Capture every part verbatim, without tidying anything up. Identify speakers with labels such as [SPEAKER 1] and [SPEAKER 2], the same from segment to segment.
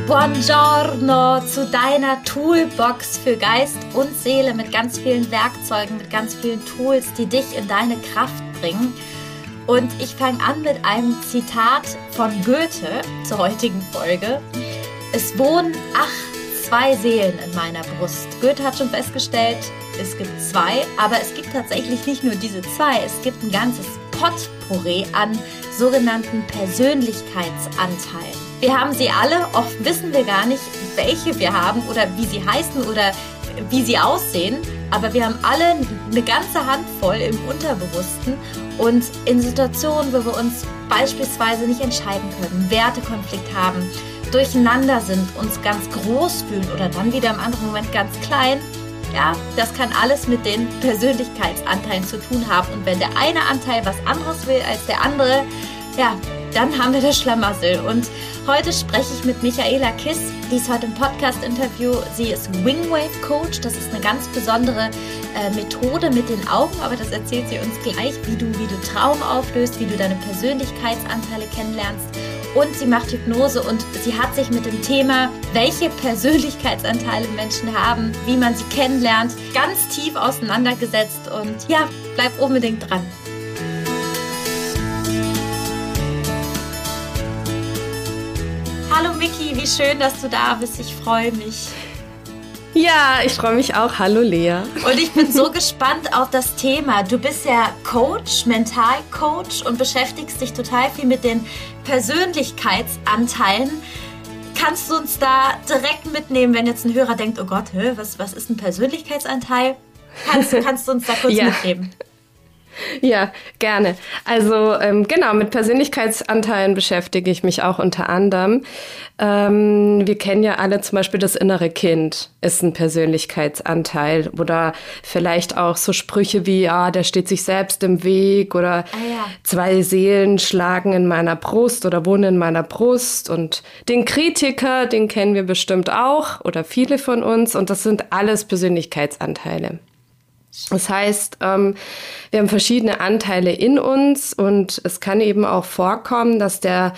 [SPEAKER 1] Buongiorno zu deiner Toolbox für Geist und Seele mit ganz vielen Werkzeugen, mit ganz vielen Tools, die dich in deine Kraft bringen. Und ich fange an mit einem Zitat von Goethe zur heutigen Folge. Es wohnen, ach, zwei Seelen in meiner Brust. Goethe hat schon festgestellt, es gibt zwei, aber es gibt tatsächlich nicht nur diese zwei, es gibt ein ganzes Potpourri an sogenannten Persönlichkeitsanteilen. Wir haben sie alle, oft wissen wir gar nicht, welche wir haben oder wie sie heißen oder wie sie aussehen, aber wir haben alle eine ganze Handvoll im Unterbewussten und in Situationen, wo wir uns beispielsweise nicht entscheiden können, Wertekonflikt haben, durcheinander sind, uns ganz groß fühlen oder dann wieder im anderen Moment ganz klein, ja, das kann alles mit den Persönlichkeitsanteilen zu tun haben. Und wenn der eine Anteil was anderes will als der andere, ja, dann haben wir das Schlamassel. Und heute spreche ich mit Michaela Kiss. Die ist heute im Podcast-Interview. Sie ist Wingwave Coach. Das ist eine ganz besondere äh, Methode mit den Augen, aber das erzählt sie uns gleich, wie du, wie du Traum auflöst, wie du deine Persönlichkeitsanteile kennenlernst. Und sie macht Hypnose und sie hat sich mit dem Thema, welche Persönlichkeitsanteile Menschen haben, wie man sie kennenlernt, ganz tief auseinandergesetzt. Und ja, bleib unbedingt dran. Hallo Miki, wie schön, dass du da bist. Ich freue mich.
[SPEAKER 2] Ja, ich freue mich auch. Hallo Lea.
[SPEAKER 1] Und ich bin so gespannt auf das Thema. Du bist ja Coach, Mentalcoach und beschäftigst dich total viel mit den Persönlichkeitsanteilen. Kannst du uns da direkt mitnehmen, wenn jetzt ein Hörer denkt, oh Gott, hä, was, was ist ein Persönlichkeitsanteil? Kannst, kannst du uns da kurz
[SPEAKER 2] ja.
[SPEAKER 1] mitnehmen?
[SPEAKER 2] Ja, gerne. Also ähm, genau, mit Persönlichkeitsanteilen beschäftige ich mich auch unter anderem. Ähm, wir kennen ja alle zum Beispiel das innere Kind ist ein Persönlichkeitsanteil oder vielleicht auch so Sprüche wie, ah, der steht sich selbst im Weg oder
[SPEAKER 1] ah, ja.
[SPEAKER 2] zwei Seelen schlagen in meiner Brust oder wohnen in meiner Brust und den Kritiker, den kennen wir bestimmt auch oder viele von uns und das sind alles Persönlichkeitsanteile. Das heißt, ähm, wir haben verschiedene Anteile in uns und es kann eben auch vorkommen, dass der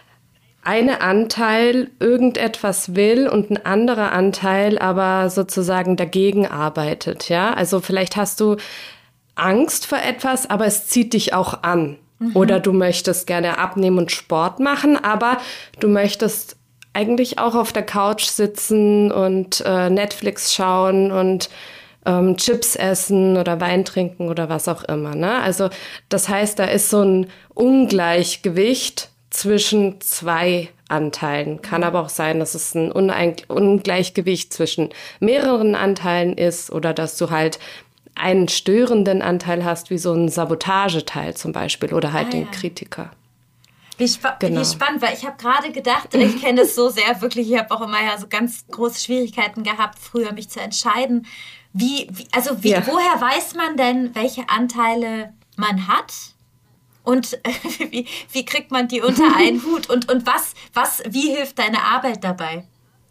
[SPEAKER 2] eine Anteil irgendetwas will und ein anderer Anteil aber sozusagen dagegen arbeitet. Ja? Also vielleicht hast du Angst vor etwas, aber es zieht dich auch an. Mhm. Oder du möchtest gerne abnehmen und Sport machen, aber du möchtest eigentlich auch auf der Couch sitzen und äh, Netflix schauen und Ähm, Chips essen oder Wein trinken oder was auch immer. Ne? Also das heißt, da ist so ein Ungleichgewicht zwischen zwei Anteilen. Kann aber auch sein, dass es ein Uneig- Ungleichgewicht zwischen mehreren Anteilen ist oder dass du halt einen störenden Anteil hast, wie so ein Sabotageteil zum Beispiel oder halt
[SPEAKER 1] ah,
[SPEAKER 2] den
[SPEAKER 1] ja.
[SPEAKER 2] Kritiker.
[SPEAKER 1] Wie, spa-
[SPEAKER 2] genau.
[SPEAKER 1] wie spannend, weil ich habe gerade gedacht, ich kenne es so sehr, wirklich, ich habe auch immer ja so ganz große Schwierigkeiten gehabt, früher mich zu entscheiden. Wie, wie also wie,
[SPEAKER 2] ja.
[SPEAKER 1] woher weiß man denn, welche Anteile man hat? Und äh, wie, wie kriegt man die unter einen Hut? Und, und was, was, wie hilft deine Arbeit dabei?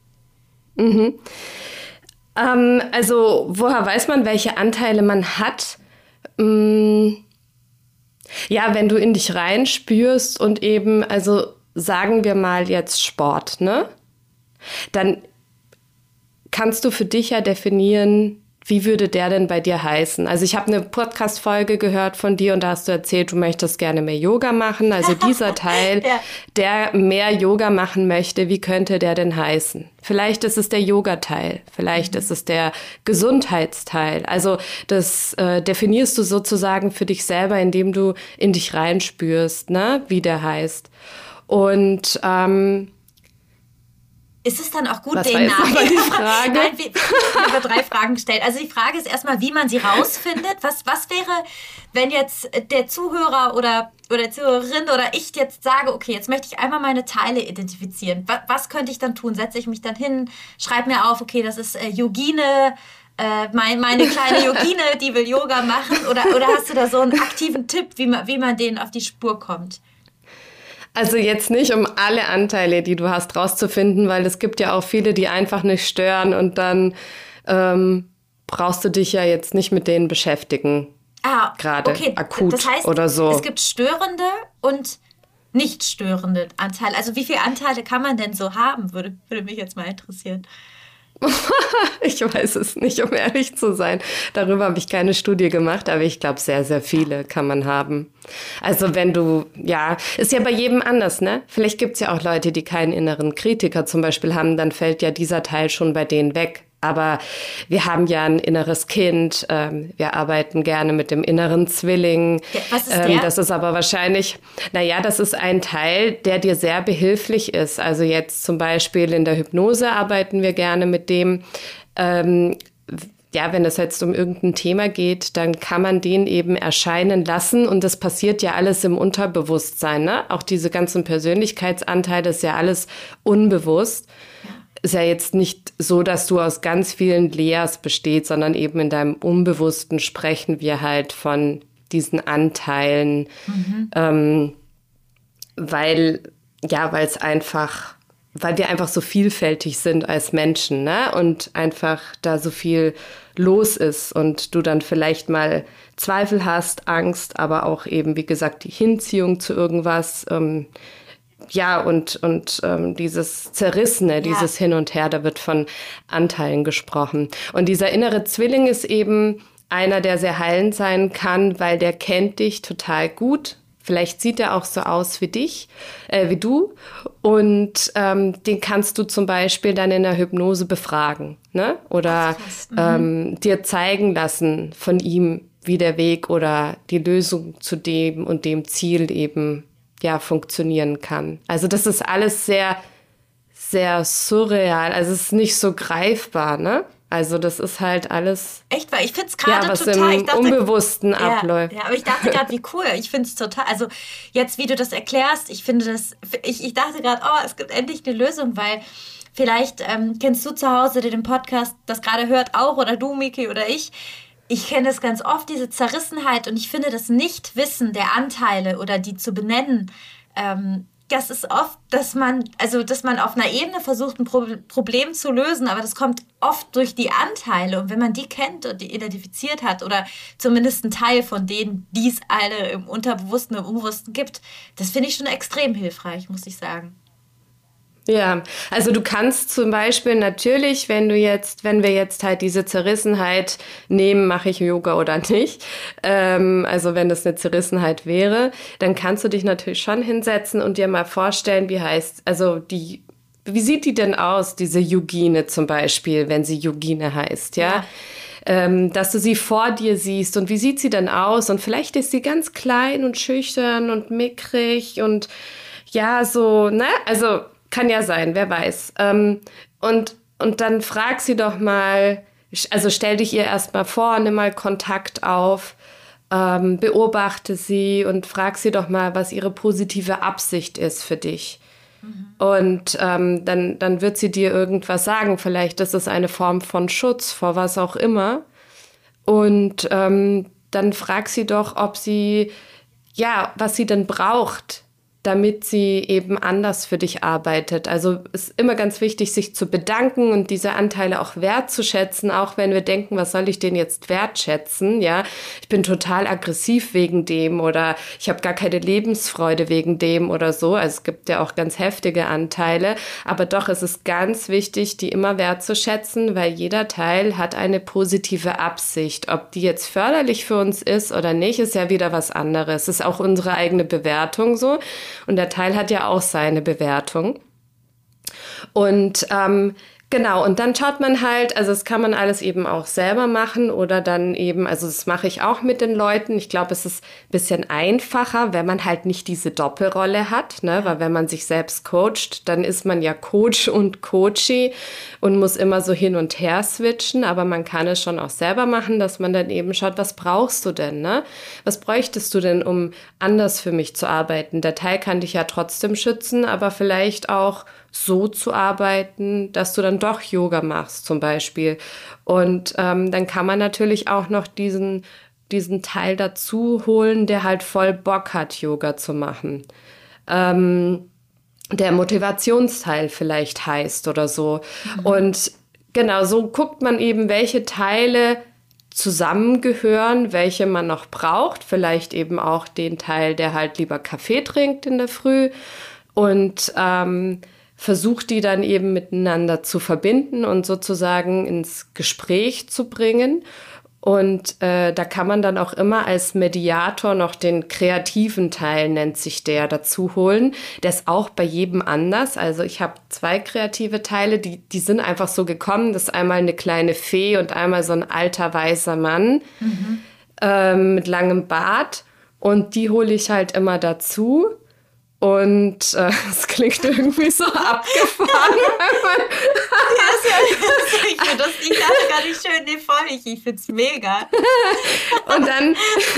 [SPEAKER 2] Mhm. Ähm, also woher weiß man, welche Anteile man hat? Ähm, Ja, wenn du in dich reinspürst und eben, also sagen wir mal jetzt Sport, ne? Dann kannst du für dich ja definieren, wie würde der denn bei dir heißen? Also ich habe eine Podcast-Folge gehört von dir und da hast du erzählt, du möchtest gerne mehr Yoga machen. Also dieser Teil,
[SPEAKER 1] ja.
[SPEAKER 2] der mehr Yoga machen möchte, wie könnte der denn heißen? Vielleicht ist es der Yoga-Teil, vielleicht mhm. ist es der Gesundheitsteil. Also das äh, definierst du sozusagen für dich selber, indem du in dich reinspürst, ne, wie der heißt. Und ähm,
[SPEAKER 1] ist es dann auch gut,
[SPEAKER 2] was
[SPEAKER 1] den Namen?
[SPEAKER 2] Die Frage?
[SPEAKER 1] Nein, wir, wir haben drei Fragen gestellt. Also die Frage ist erstmal, wie man sie rausfindet. Was, was wäre, wenn jetzt der Zuhörer oder, oder Zuhörerin oder ich jetzt sage, okay, jetzt möchte ich einmal meine Teile identifizieren. Was, was könnte ich dann tun? Setze ich mich dann hin, schreibe mir auf, okay, das ist äh, Yogine, äh, mein, meine kleine Yogine, die will Yoga machen. Oder, oder hast du da so einen aktiven Tipp, wie man, wie man denen auf die Spur kommt?
[SPEAKER 2] Also jetzt nicht, um alle Anteile, die du hast, rauszufinden, weil es gibt ja auch viele, die einfach nicht stören und dann ähm, brauchst du dich ja jetzt nicht mit denen beschäftigen.
[SPEAKER 1] Ah,
[SPEAKER 2] gerade
[SPEAKER 1] okay.
[SPEAKER 2] akut
[SPEAKER 1] das heißt,
[SPEAKER 2] oder so.
[SPEAKER 1] Es gibt störende und nicht störenden Anteile? Also wie viele Anteile kann man denn so haben, würde, würde mich jetzt mal interessieren.
[SPEAKER 2] Ich weiß es nicht, um ehrlich zu sein. Darüber habe ich keine Studie gemacht, aber ich glaube, sehr, sehr viele kann man haben. Also wenn du, ja, ist ja bei jedem anders, ne? Vielleicht gibt es ja auch Leute, die keinen inneren Kritiker zum Beispiel haben, dann fällt ja dieser Teil schon bei denen weg. Aber wir haben ja ein inneres Kind, ähm, wir arbeiten gerne mit dem inneren Zwilling.
[SPEAKER 1] Ja, was ist
[SPEAKER 2] ähm,
[SPEAKER 1] der?
[SPEAKER 2] Das ist aber wahrscheinlich, naja, das ist ein Teil, der dir sehr behilflich ist. Also jetzt zum Beispiel in der Hypnose arbeiten wir gerne mit dem, ähm, ja, wenn es jetzt um irgendein Thema geht, dann kann man den eben erscheinen lassen und das passiert ja alles im Unterbewusstsein, ne? Auch diese ganzen Persönlichkeitsanteile ist ja alles unbewusst. Ist ja jetzt nicht so, dass du aus ganz vielen Leas bestehst, sondern eben in deinem Unbewussten sprechen wir halt von diesen Anteilen, mhm. ähm, weil, ja, weil es einfach, weil wir einfach so vielfältig sind als Menschen, ne? Und einfach da so viel los ist und du dann vielleicht mal Zweifel hast, Angst, aber auch eben, wie gesagt, die Hinziehung zu irgendwas, ähm, ja, und, und ähm, dieses Zerrissene, ja. Dieses Hin und Her, da wird von Anteilen gesprochen. Und dieser innere Zwilling ist eben einer, der sehr heilend sein kann, weil der kennt dich total gut. Vielleicht sieht er auch so aus wie dich, äh, wie du. Und ähm, den kannst du zum Beispiel dann in der Hypnose befragen, ne? Oder mhm. ähm, dir zeigen lassen von ihm, wie der Weg oder die Lösung zu dem und dem Ziel eben ja, funktionieren kann. Also das ist alles sehr, sehr surreal. Also es ist nicht so greifbar, ne? Also das ist halt alles...
[SPEAKER 1] Echt, weil ich finde es gerade
[SPEAKER 2] ja, was
[SPEAKER 1] total...
[SPEAKER 2] im
[SPEAKER 1] ich dachte,
[SPEAKER 2] Unbewussten
[SPEAKER 1] ja,
[SPEAKER 2] abläuft.
[SPEAKER 1] Ja, aber ich dachte gerade, wie cool. Ich finde es total... Also jetzt, wie du das erklärst, ich finde das... Ich, ich dachte gerade, oh, es gibt endlich eine Lösung, weil vielleicht ähm, kennst du zu Hause, der den Podcast das gerade hört, auch, oder du, Miki, oder ich... Ich kenne das ganz oft, diese Zerrissenheit, und ich finde das Nichtwissen der Anteile oder die zu benennen, ähm, das ist oft, dass man, also dass man auf einer Ebene versucht, ein Pro- Problem zu lösen, aber das kommt oft durch die Anteile, und wenn man die kennt und die identifiziert hat oder zumindest einen Teil von denen, die es alle im Unterbewussten, im Unbewussten gibt, das finde ich schon extrem hilfreich, muss ich sagen.
[SPEAKER 2] Ja, also du kannst zum Beispiel natürlich, wenn du jetzt, wenn wir jetzt halt diese Zerrissenheit nehmen, mache ich Yoga oder nicht, ähm, also wenn das eine Zerrissenheit wäre, dann kannst du dich natürlich schon hinsetzen und dir mal vorstellen, wie heißt, also die, wie sieht die denn aus, diese Yogine zum Beispiel, wenn sie Yogine heißt, ja? Ja. Ähm, dass du sie vor dir siehst und wie sieht sie denn aus, und vielleicht ist sie ganz klein und schüchtern und mickrig und ja, so, ne, also kann ja sein, wer weiß. Ähm, und, und dann frag sie doch mal, also stell dich ihr erst mal vor, nimm mal Kontakt auf, ähm, beobachte sie und frag sie doch mal, was ihre positive Absicht ist für dich. Mhm. Und ähm, dann, dann wird sie dir irgendwas sagen. Vielleicht ist es eine Form von Schutz vor was auch immer. Und ähm, dann frag sie doch, ob sie, ja, was sie denn braucht, damit sie eben anders für dich arbeitet. Also ist immer ganz wichtig, sich zu bedanken und diese Anteile auch wertzuschätzen, auch wenn wir denken, was soll ich denn jetzt wertschätzen? Ja, ich bin total aggressiv wegen dem oder ich habe gar keine Lebensfreude wegen dem oder so. Also es gibt ja auch ganz heftige Anteile, aber doch ist es ganz wichtig, die immer wertzuschätzen, weil jeder Teil hat eine positive Absicht. Ob die jetzt förderlich für uns ist oder nicht, ist ja wieder was anderes. Es ist auch unsere eigene Bewertung so. Und der Teil hat ja auch seine Bewertung. Und ähm, genau, und dann schaut man halt, also das kann man alles eben auch selber machen oder dann eben, also das mache ich auch mit den Leuten. Ich glaube, es ist ein bisschen einfacher, wenn man halt nicht diese Doppelrolle hat, ne? Weil wenn man sich selbst coacht, dann ist man ja Coach und Coachee und muss immer so hin und her switchen, aber man kann es schon auch selber machen, dass man dann eben schaut, was brauchst du denn, ne? Was bräuchtest du denn, um anders für mich zu arbeiten? Der Teil kann dich ja trotzdem schützen, aber vielleicht auch so zu arbeiten, dass du dann doch Yoga machst zum Beispiel. Und ähm, dann kann man natürlich auch noch diesen, diesen Teil dazu holen, der halt voll Bock hat, Yoga zu machen. Ähm, der Motivationsteil vielleicht heißt oder so. Mhm. Und genau, so guckt man eben, welche Teile zusammengehören, welche man noch braucht. Vielleicht eben auch den Teil, der halt lieber Kaffee trinkt in der Früh. Und ähm, versucht die dann eben miteinander zu verbinden und sozusagen ins Gespräch zu bringen. Und äh, da kann man dann auch immer als Mediator noch den kreativen Teil, nennt sich der, dazu holen. Der ist auch bei jedem anders. Also ich habe zwei kreative Teile, die, die sind einfach so gekommen. Das ist einmal eine kleine Fee und einmal so ein alter weißer Mann mhm. ähm, mit langem Bart. Und die hole ich halt immer dazu. Und äh, es klingt irgendwie so abgefahren.
[SPEAKER 1] Ja, ist ja, ich finde das ich dachte gar nicht schön, nee, voll nicht. Ich finde es mega.
[SPEAKER 2] Und dann,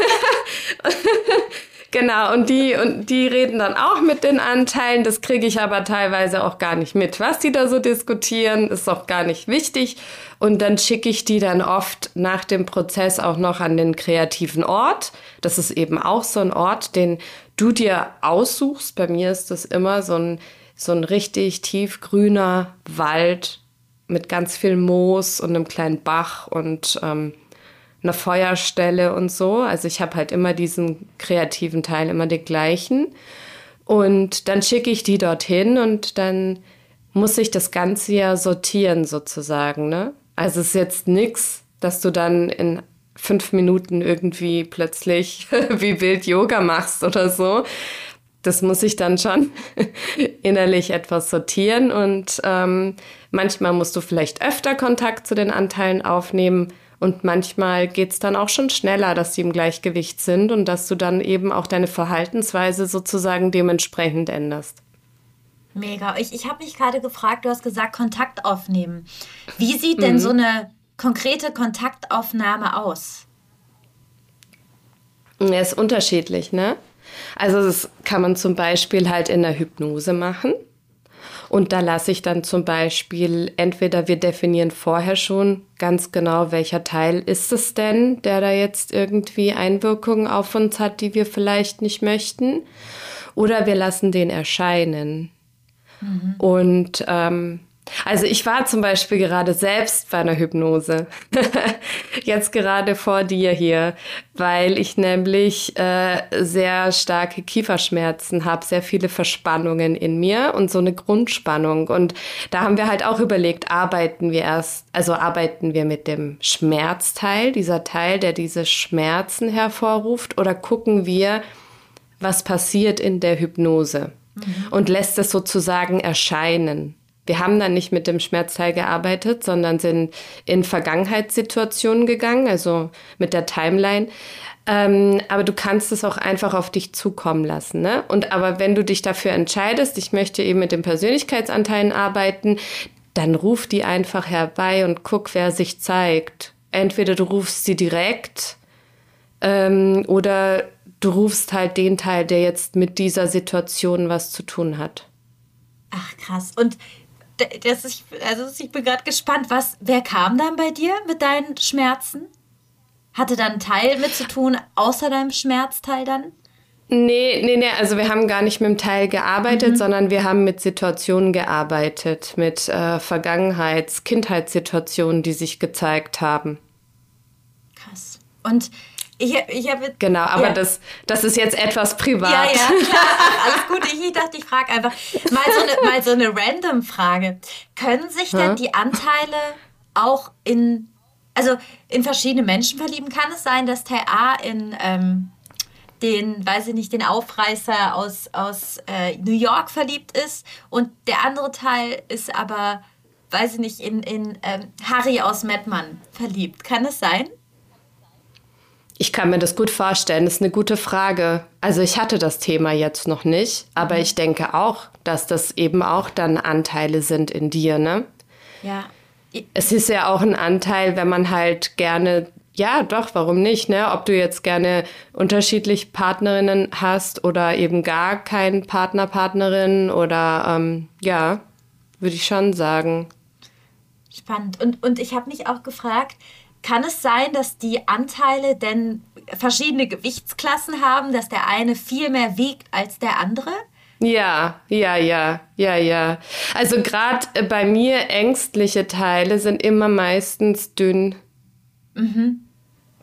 [SPEAKER 2] genau, und die, und die reden dann auch mit den Anteilen. Das kriege ich aber teilweise auch gar nicht mit, was die da so diskutieren. Ist auch gar nicht wichtig. Und dann schicke ich die dann oft nach dem Prozess auch noch an den kreativen Ort. Das ist eben auch so ein Ort, den du dir aussuchst. Bei mir ist das immer so ein, so ein richtig tiefgrüner Wald mit ganz viel Moos und einem kleinen Bach und ähm, einer Feuerstelle und so. Also ich habe halt immer diesen kreativen Teil, immer den gleichen. Und dann schicke ich die dorthin und dann muss ich das Ganze ja sortieren sozusagen, ne? Also es ist jetzt nichts, dass du dann in fünf Minuten irgendwie plötzlich wie wild Yoga machst oder so. Das muss ich dann schon innerlich etwas sortieren und ähm, manchmal musst du vielleicht öfter Kontakt zu den Anteilen aufnehmen und manchmal geht's dann auch schon schneller, dass sie im Gleichgewicht sind und dass du dann eben auch deine Verhaltensweise sozusagen dementsprechend änderst.
[SPEAKER 1] Mega. Ich, ich habe mich gerade gefragt, du hast gesagt, Kontakt aufnehmen. Wie sieht denn mhm. so eine konkrete Kontaktaufnahme aus?
[SPEAKER 2] Ja, ist unterschiedlich, ne? Also das kann man zum Beispiel halt in der Hypnose machen. Und da lasse ich dann zum Beispiel, entweder wir definieren vorher schon ganz genau, welcher Teil ist es denn, der da jetzt irgendwie Einwirkungen auf uns hat, die wir vielleicht nicht möchten. Oder wir lassen den erscheinen. Mhm. Und ähm, also ich war zum Beispiel gerade selbst bei einer Hypnose, jetzt gerade vor dir hier, weil ich nämlich äh, sehr starke Kieferschmerzen habe, sehr viele Verspannungen in mir und so eine Grundspannung. Und da haben wir halt auch überlegt, arbeiten wir erst, also arbeiten wir mit dem Schmerzteil, dieser Teil, der diese Schmerzen hervorruft, oder gucken wir, was passiert in der Hypnose mhm. und lässt es sozusagen erscheinen. Wir haben dann nicht mit dem Schmerzteil gearbeitet, sondern sind in Vergangenheitssituationen gegangen, also mit der Timeline. Ähm, aber du kannst es auch einfach auf dich zukommen lassen, ne? Und aber wenn du dich dafür entscheidest, ich möchte eben mit den Persönlichkeitsanteilen arbeiten, dann ruf die einfach herbei und guck, wer sich zeigt. Entweder du rufst sie direkt ähm, oder du rufst halt den Teil, der jetzt mit dieser Situation was zu tun hat.
[SPEAKER 1] Ach, krass. Und das ist, also ich bin gerade gespannt, was, wer kam dann bei dir mit deinen Schmerzen? Hatte da ein Teil mit zu tun, außer deinem Schmerzteil dann?
[SPEAKER 2] Nee, nee, nee, also wir haben gar nicht mit dem Teil gearbeitet, mhm. sondern wir haben mit Situationen gearbeitet, mit äh, Vergangenheits-, Kindheitssituationen, die sich gezeigt haben.
[SPEAKER 1] Krass. Und Ich, ich habe
[SPEAKER 2] genau, aber
[SPEAKER 1] ja.
[SPEAKER 2] das, das ist jetzt etwas privat.
[SPEAKER 1] Ja, ja, klar, alles gut. Ich, ich dachte, ich frage einfach mal so eine, mal so eine random Frage. Können sich denn hm? die Anteile auch in, also in verschiedene Menschen verlieben? Kann es sein, dass Teil A in ähm, den, weiß ich nicht, den Aufreißer aus, aus äh, New York verliebt ist und der andere Teil ist aber, weiß ich nicht, in, in ähm, Harry aus Mettmann verliebt? Kann es sein?
[SPEAKER 2] Ich kann mir das gut vorstellen, das ist eine gute Frage. Also ich hatte das Thema jetzt noch nicht, aber mhm. ich denke auch, dass das eben auch dann Anteile sind in dir, ne?
[SPEAKER 1] Ja.
[SPEAKER 2] Es ist ja auch ein Anteil, wenn man halt gerne, ja doch, warum nicht, ne? Ob du jetzt gerne unterschiedlich Partnerinnen hast oder eben gar keinen Partner, Partnerin oder ähm, ja, würde ich schon sagen.
[SPEAKER 1] Spannend. Und, und ich habe mich auch gefragt, kann es sein, dass die Anteile denn verschiedene Gewichtsklassen haben, dass der eine viel mehr wiegt als der andere?
[SPEAKER 2] Ja, ja, ja, ja, ja. Also gerade bei mir ängstliche Teile sind immer meistens dünn.
[SPEAKER 1] Mhm.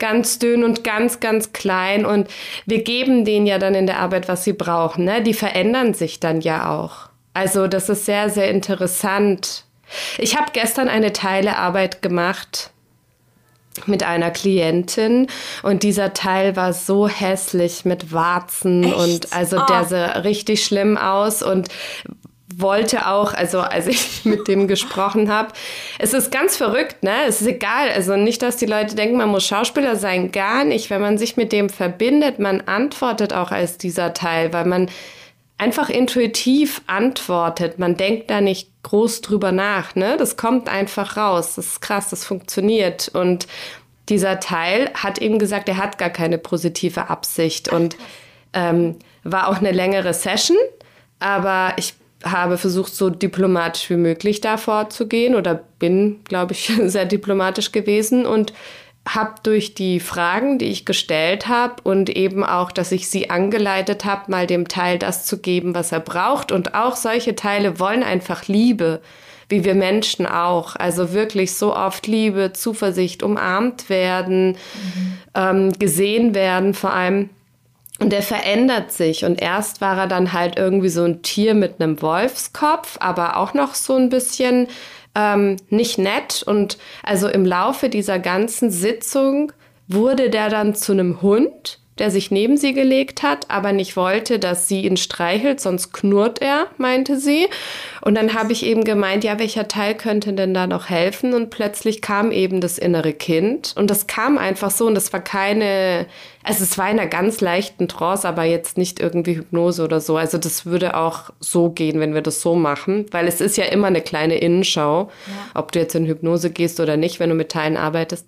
[SPEAKER 2] ganz dünn und ganz, ganz klein. Und wir geben denen ja dann in der Arbeit, was sie brauchen. Ne? Die verändern sich dann ja auch. Also das ist sehr, sehr interessant. Ich habe gestern eine Teilearbeit gemacht mit einer Klientin und dieser Teil war so hässlich mit Warzen. Echt? Und also oh. der sah richtig schlimm aus und wollte auch, also als ich mit dem gesprochen habe, es ist ganz verrückt, ne? Es ist egal, also nicht, dass die Leute denken, man muss Schauspieler sein, gar nicht. Wenn man sich mit dem verbindet, man antwortet auch als dieser Teil, weil man einfach intuitiv antwortet. Man denkt da nicht groß drüber nach, ne? Das kommt einfach raus. Das ist krass, das funktioniert. Und dieser Teil hat eben gesagt, er hat gar keine positive Absicht und ähm, war auch eine längere Session, aber ich habe versucht, so diplomatisch wie möglich da vorzugehen oder bin, glaube ich, sehr diplomatisch gewesen und habe durch die Fragen, die ich gestellt habe und eben auch, dass ich sie angeleitet habe, mal dem Teil das zu geben, was er braucht. Und auch solche Teile wollen einfach Liebe, wie wir Menschen auch. Also wirklich so oft Liebe, Zuversicht, umarmt werden, mhm. ähm, gesehen werden vor allem. Und er verändert sich. Und erst war er dann halt irgendwie so ein Tier mit einem Wolfskopf, aber auch noch so ein bisschen ähm, nicht nett. Und also im Laufe dieser ganzen Sitzung wurde der dann zu einem Hund, der sich neben sie gelegt hat, aber nicht wollte, dass sie ihn streichelt, sonst knurrt er, meinte sie. Und dann habe ich eben gemeint, ja, welcher Teil könnte denn da noch helfen? Und plötzlich kam eben das innere Kind. Und das kam einfach so und das war keine, also es war in einer ganz leichten Trance, aber jetzt nicht irgendwie Hypnose oder so. Also das würde auch so gehen, wenn wir das so machen, weil es ist ja immer eine kleine Innenschau, ja. Ob du jetzt in Hypnose gehst oder nicht, wenn du mit Teilen arbeitest.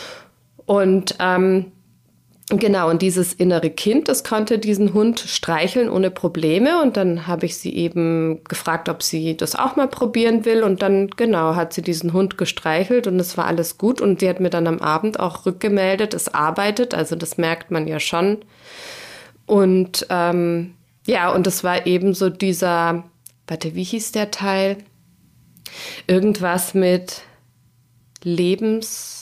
[SPEAKER 2] Und ähm, Genau, und dieses innere Kind, das konnte diesen Hund streicheln ohne Probleme. Und dann habe ich sie eben gefragt, ob sie das auch mal probieren will. Und dann, genau, hat sie diesen Hund gestreichelt und es war alles gut. Und sie hat mir dann am Abend auch rückgemeldet, es arbeitet. Also das merkt man ja schon. Und ähm, ja, und das war eben so dieser, warte, wie hieß der Teil? Irgendwas mit Lebens...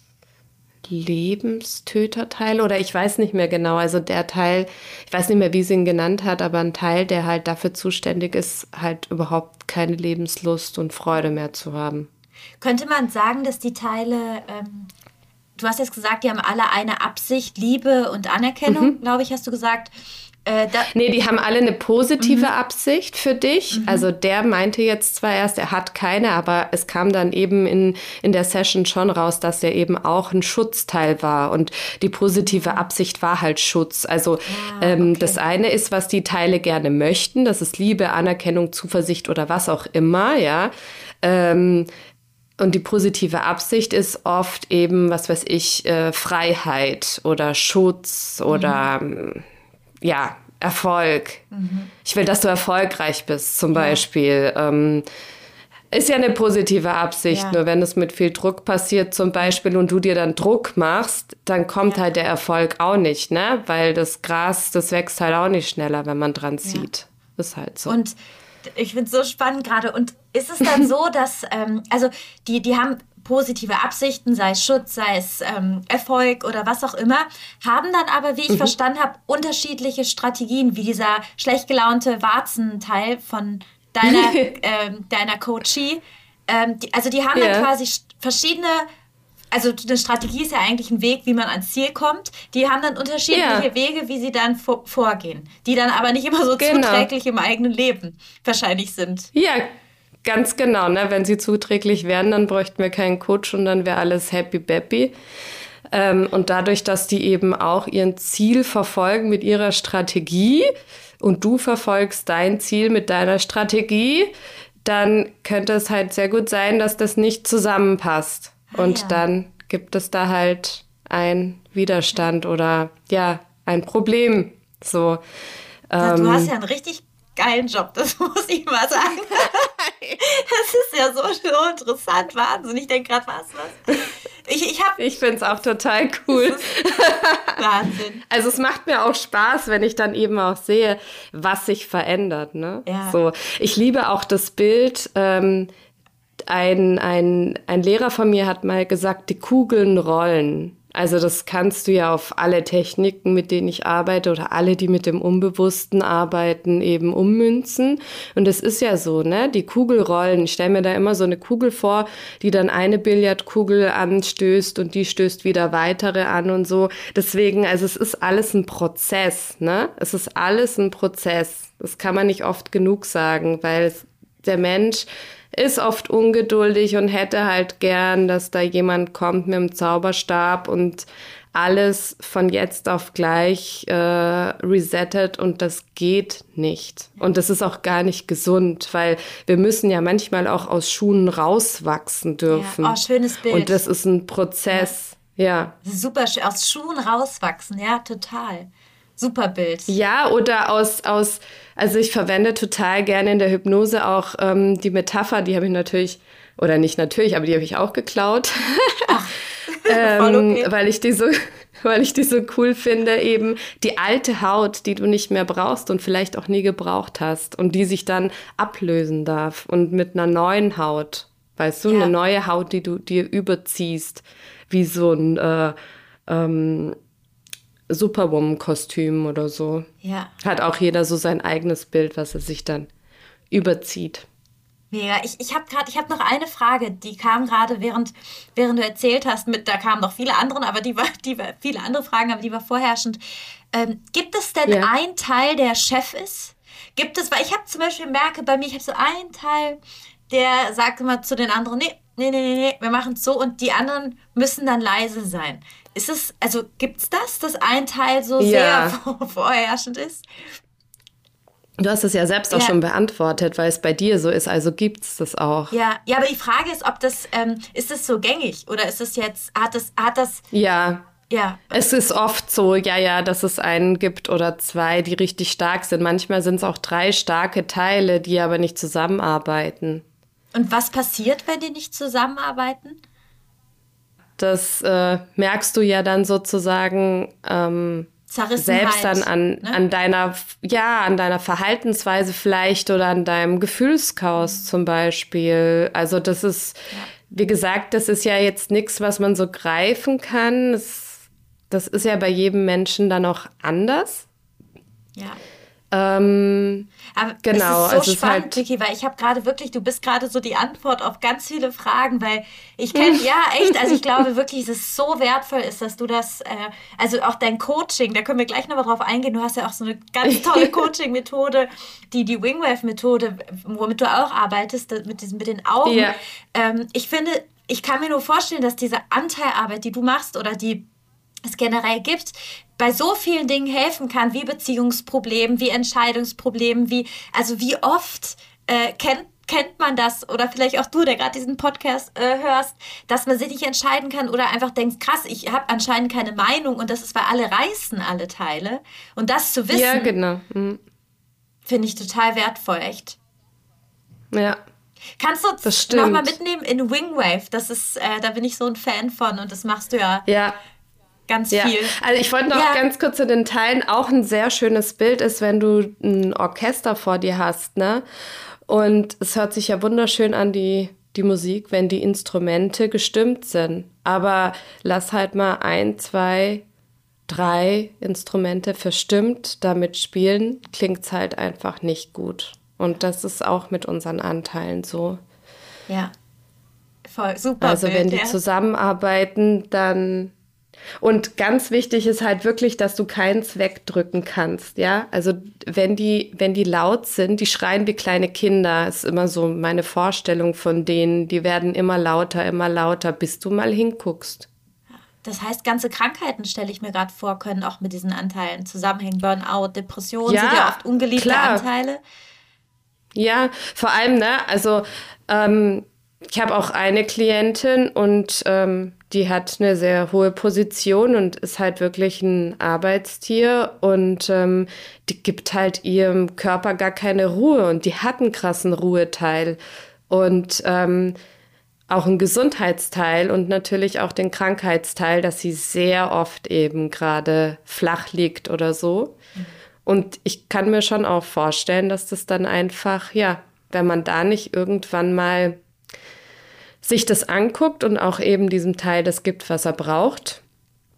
[SPEAKER 2] Lebenstöterteil oder ich weiß nicht mehr genau, also der Teil, ich weiß nicht mehr, wie sie ihn genannt hat, aber ein Teil, der halt dafür zuständig ist, halt überhaupt keine Lebenslust und Freude mehr zu haben.
[SPEAKER 1] Könnte man sagen, dass die Teile, ähm, du hast jetzt gesagt, die haben alle eine Absicht, Liebe und Anerkennung, mhm. glaube ich, hast du gesagt. Äh, da
[SPEAKER 2] nee, die haben alle eine positive mhm. Absicht für dich. Mhm. Also der meinte jetzt zwar erst, er hat keine, aber es kam dann eben in, in der Session schon raus, dass er eben auch ein Schutzteil war. Und die positive mhm. Absicht war halt Schutz. Also ah, ähm, okay. Das eine ist, was die Teile gerne möchten. Das ist Liebe, Anerkennung, Zuversicht oder was auch immer, ja. Ähm, Und die positive Absicht ist oft eben, was weiß ich, äh, Freiheit oder Schutz oder... Mhm. Ja, Erfolg. Mhm. Ich will, dass du erfolgreich bist, zum ja. Beispiel. Ähm, ist ja eine positive Absicht. Ja. Nur wenn es mit viel Druck passiert zum Beispiel und du dir dann Druck machst, dann kommt ja. halt der Erfolg auch nicht, ne? Weil das Gras, das wächst halt auch nicht schneller, wenn man dran zieht. Ja. Ist halt so.
[SPEAKER 1] Und ich finde es so spannend gerade. Und ist es dann so, dass, ähm, also die, die haben positive Absichten, sei es Schutz, sei es ähm, Erfolg oder was auch immer, haben dann aber, wie ich mhm. verstanden habe, unterschiedliche Strategien, wie dieser schlecht gelaunte Warzenteil von deiner, ähm, deiner Coachie. Ähm, die, also die haben ja. dann quasi verschiedene, also eine Strategie ist ja eigentlich ein Weg, wie man ans Ziel kommt. Die haben dann unterschiedliche ja. Wege, wie sie dann vor, vorgehen, die dann aber nicht immer so genau. zuträglich im eigenen Leben wahrscheinlich sind.
[SPEAKER 2] Ja, ganz genau, ne? Wenn sie zuträglich wären, dann bräuchten wir keinen Coach und dann wäre alles happy-bappy. Ähm, und dadurch, dass die eben auch ihren Ziel verfolgen mit ihrer Strategie und du verfolgst dein Ziel mit deiner Strategie, dann könnte es halt sehr gut sein, dass das nicht zusammenpasst. Ah, und ja. dann gibt es da halt einen Widerstand oder ja, ein Problem. So,
[SPEAKER 1] ähm, du hast ja einen richtig geilen Job, das muss ich mal sagen. Das ist ja so, so interessant, Wahnsinn. Ich denke gerade, was, was? Ich, ich,
[SPEAKER 2] ich finde es auch total cool.
[SPEAKER 1] Wahnsinn.
[SPEAKER 2] Also es macht mir auch Spaß, wenn ich dann eben auch sehe, was sich verändert. Ne?
[SPEAKER 1] Ja.
[SPEAKER 2] So, ich liebe auch das Bild. Ähm, ein, ein, ein Lehrer von mir hat mal gesagt, die Kugeln rollen. Also das kannst du ja auf alle Techniken, mit denen ich arbeite oder alle, die mit dem Unbewussten arbeiten, eben ummünzen. Und es ist ja so, ne? Die Kugelrollen, ich stelle mir da immer so eine Kugel vor, die dann eine Billardkugel anstößt und die stößt wieder weitere an und so. Deswegen, also es ist alles ein Prozess, ne? Es ist alles ein Prozess. Das kann man nicht oft genug sagen, weil der Mensch ist oft ungeduldig und hätte halt gern, dass da jemand kommt mit dem Zauberstab und alles von jetzt auf gleich äh, resettet, und das geht nicht. Und das ist auch gar nicht gesund, weil wir müssen ja manchmal auch aus Schuhen rauswachsen dürfen.
[SPEAKER 1] Ja. Oh, schönes Bild.
[SPEAKER 2] Und das ist ein Prozess, ja. ja.
[SPEAKER 1] Super schön, aus Schuhen rauswachsen, ja, total. Super Bild.
[SPEAKER 2] Ja, oder aus, aus, also ich verwende total gerne in der Hypnose auch ähm, die Metapher, die habe ich natürlich, oder nicht natürlich, aber die habe ich auch geklaut.
[SPEAKER 1] Ach,
[SPEAKER 2] ähm,
[SPEAKER 1] voll okay.
[SPEAKER 2] weil ich die so, weil ich die so cool finde, eben die alte Haut, die du nicht mehr brauchst und vielleicht auch nie gebraucht hast und die sich dann ablösen darf und mit einer neuen Haut, weißt du, ja. eine neue Haut, die du dir überziehst, wie so ein äh, ähm, Superwoman-Kostüm oder so.
[SPEAKER 1] Ja.
[SPEAKER 2] Hat auch jeder so sein eigenes Bild, was er sich dann überzieht.
[SPEAKER 1] Mega. Ich, ich habe gerade, ich habe noch eine Frage, die kam gerade, während, während du erzählt hast, mit, da kamen noch viele andere, aber die war, die war, viele andere Fragen, aber die war vorherrschend. Ähm, gibt es denn ja. einen Teil, der Chef ist? Gibt es, weil ich habe zum Beispiel, merke bei mir, ich habe so einen Teil, der sagt immer zu den anderen, nee, nee, nee, nee, wir machen es so, und die anderen müssen dann leise sein. Ist es, also gibt's das, dass ein Teil so
[SPEAKER 2] ja.
[SPEAKER 1] sehr vorherrschend ist?
[SPEAKER 2] Du hast es ja selbst auch
[SPEAKER 1] ja.
[SPEAKER 2] schon beantwortet, weil es bei dir so ist, also gibt's das auch.
[SPEAKER 1] Ja, ja, aber die Frage ist, ob das, ähm, ist das so gängig oder ist das jetzt, hat das, hat das...
[SPEAKER 2] Ja.
[SPEAKER 1] Ja.
[SPEAKER 2] Es ist oft so, ja, ja, dass es einen gibt oder zwei, die richtig stark sind. Manchmal sind es auch drei starke Teile, die aber nicht zusammenarbeiten.
[SPEAKER 1] Und was passiert, wenn die nicht zusammenarbeiten?
[SPEAKER 2] Das äh, merkst du ja dann sozusagen ähm, selbst dann an, ne? an deiner, ja, an deiner Verhaltensweise vielleicht oder an deinem Gefühlschaos mhm. zum Beispiel. Also das ist, ja. wie gesagt, das ist ja jetzt nichts, was man so greifen kann. Das, das ist ja bei jedem Menschen dann auch anders.
[SPEAKER 1] Ja.
[SPEAKER 2] Ähm,
[SPEAKER 1] Aber
[SPEAKER 2] genau,
[SPEAKER 1] es ist so
[SPEAKER 2] also
[SPEAKER 1] spannend,
[SPEAKER 2] halt
[SPEAKER 1] Vicky, weil ich habe gerade wirklich, du bist gerade so die Antwort auf ganz viele Fragen, weil ich kenne, ja echt, also ich glaube wirklich, dass es so wertvoll ist, dass du das, äh, also auch dein Coaching, da können wir gleich nochmal drauf eingehen, du hast ja auch so eine ganz tolle Coaching-Methode, die, die Wingwave-Methode, womit du auch arbeitest, mit, diesen, mit den Augen.
[SPEAKER 2] Ja.
[SPEAKER 1] Ähm, ich finde, ich kann mir nur vorstellen, dass diese Anteilarbeit, die du machst oder die es generell gibt, bei so vielen Dingen helfen kann, wie Beziehungsproblemen, wie Entscheidungsproblemen, wie, also wie oft äh, kennt, kennt man das, oder vielleicht auch du, der gerade diesen Podcast äh, hörst, dass man sich nicht entscheiden kann oder einfach denkt, krass, ich habe anscheinend keine Meinung und das ist, weil alle reißen alle Teile. Und das zu wissen,
[SPEAKER 2] ja, genau. Mhm.
[SPEAKER 1] finde ich total wertvoll, echt.
[SPEAKER 2] Ja.
[SPEAKER 1] Kannst du uns nochmal mitnehmen in Wingwave? Das ist, äh, da bin ich so ein Fan von und das machst du ja.
[SPEAKER 2] Ja.
[SPEAKER 1] Ganz
[SPEAKER 2] ja.
[SPEAKER 1] viel.
[SPEAKER 2] Also ich wollte noch
[SPEAKER 1] ja.
[SPEAKER 2] ganz kurz zu den Teilen, auch ein sehr schönes Bild ist, wenn du ein Orchester vor dir hast, ne? Und es hört sich ja wunderschön an, die, die Musik, wenn die Instrumente gestimmt sind. Aber lass halt mal ein, zwei, drei Instrumente verstimmt damit spielen, klingt's halt einfach nicht gut. Und das ist auch mit unseren Anteilen so.
[SPEAKER 1] Ja, voll super.
[SPEAKER 2] Also
[SPEAKER 1] Bild,
[SPEAKER 2] wenn die
[SPEAKER 1] ja.
[SPEAKER 2] zusammenarbeiten, dann... Und ganz wichtig ist halt wirklich, dass du keins wegdrücken kannst, ja. Also wenn die, wenn die laut sind, die schreien wie kleine Kinder, ist immer so meine Vorstellung von denen. Die werden immer lauter, immer lauter, bis du mal hinguckst.
[SPEAKER 1] Das heißt, ganze Krankheiten, stelle ich mir gerade vor, können auch mit diesen Anteilen zusammenhängen. Burnout, Depression
[SPEAKER 2] ja,
[SPEAKER 1] sind ja oft ungeliebte
[SPEAKER 2] klar.
[SPEAKER 1] Anteile.
[SPEAKER 2] Ja, vor allem, ne, also ähm, ich habe auch eine Klientin und ähm, die hat eine sehr hohe Position und ist halt wirklich ein Arbeitstier und ähm, die gibt halt ihrem Körper gar keine Ruhe und die hat einen krassen Ruheteil und ähm, auch einen Gesundheitsteil und natürlich auch den Krankheitsteil, dass sie sehr oft eben gerade flach liegt oder so. Mhm. Und ich kann mir schon auch vorstellen, dass das dann einfach, ja, wenn man da nicht irgendwann mal sich das anguckt und auch eben diesem Teil das gibt, was er braucht,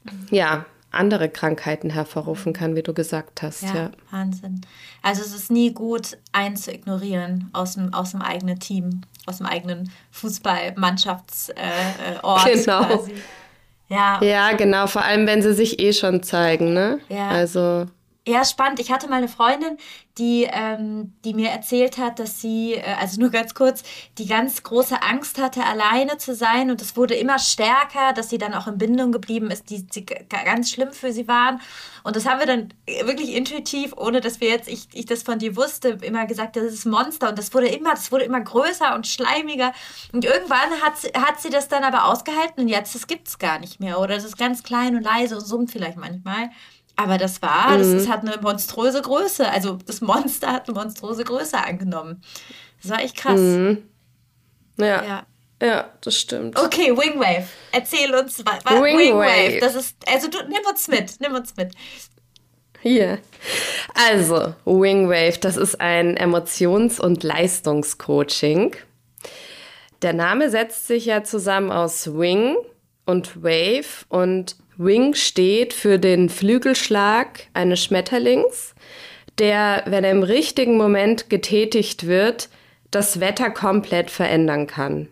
[SPEAKER 2] ja, andere Krankheiten hervorrufen kann, wie du gesagt hast.
[SPEAKER 1] Ja,
[SPEAKER 2] Ja,
[SPEAKER 1] Wahnsinn. Also es ist nie gut, einen zu ignorieren aus dem, aus dem eigenen Team, aus dem eigenen Fußballmannschaftsort äh, äh, Ort
[SPEAKER 2] genau.
[SPEAKER 1] quasi. Ja,
[SPEAKER 2] Ja, genau, vor allem, wenn sie sich eh schon zeigen, ne?
[SPEAKER 1] ja.
[SPEAKER 2] Also,
[SPEAKER 1] Ja, spannend. Ich hatte mal eine Freundin, die, ähm, die mir erzählt hat, dass sie, äh, also nur ganz kurz, die ganz große Angst hatte, alleine zu sein. Und es wurde immer stärker, dass sie dann auch in Bindung geblieben ist, die, die g- ganz schlimm für sie waren. Und das haben wir dann wirklich intuitiv, ohne dass wir jetzt, ich, ich das von dir wusste, immer gesagt, das ist Monster. Und das wurde immer, das wurde immer größer und schleimiger. Und irgendwann hat, sie- hat sie das dann aber ausgehalten und jetzt, das gibt es gar nicht mehr. Oder es ist ganz klein und leise und summt vielleicht manchmal. Aber das war, das, das
[SPEAKER 2] mhm,
[SPEAKER 1] hat eine monströse Größe. Also das Monster hat eine monströse Größe angenommen. Das war echt krass.
[SPEAKER 2] mhm, ja,
[SPEAKER 1] Ja.
[SPEAKER 2] ja, das stimmt.
[SPEAKER 1] Okay, Wingwave. Erzähl uns was. Wingwave.
[SPEAKER 2] Wingwave.
[SPEAKER 1] Das ist, also du, nimm uns mit, nimm uns mit.
[SPEAKER 2] Hier. Also, Wingwave, das ist ein Emotions- und Leistungscoaching. Der Name setzt sich ja zusammen aus Wing und Wave und Wing steht für den Flügelschlag eines Schmetterlings, der, wenn er im richtigen Moment getätigt wird, das Wetter komplett verändern kann.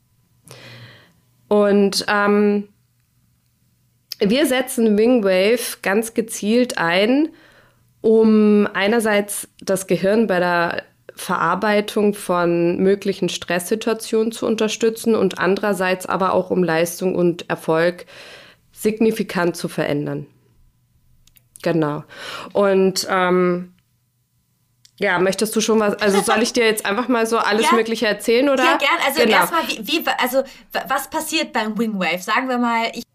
[SPEAKER 2] Und ähm, wir setzen Wingwave ganz gezielt ein, um einerseits das Gehirn bei der Verarbeitung von möglichen Stresssituationen zu unterstützen und andererseits aber auch um Leistung und Erfolg signifikant zu verändern. Genau. Und ähm, ja, möchtest du schon was, also soll ich dir jetzt einfach mal so alles
[SPEAKER 1] Ja,
[SPEAKER 2] Mögliche erzählen, oder?
[SPEAKER 1] ja, gern. Also
[SPEAKER 2] Genau.
[SPEAKER 1] erstmal, wie, wie, also w- was passiert beim Wingwave? Sagen wir mal, ich,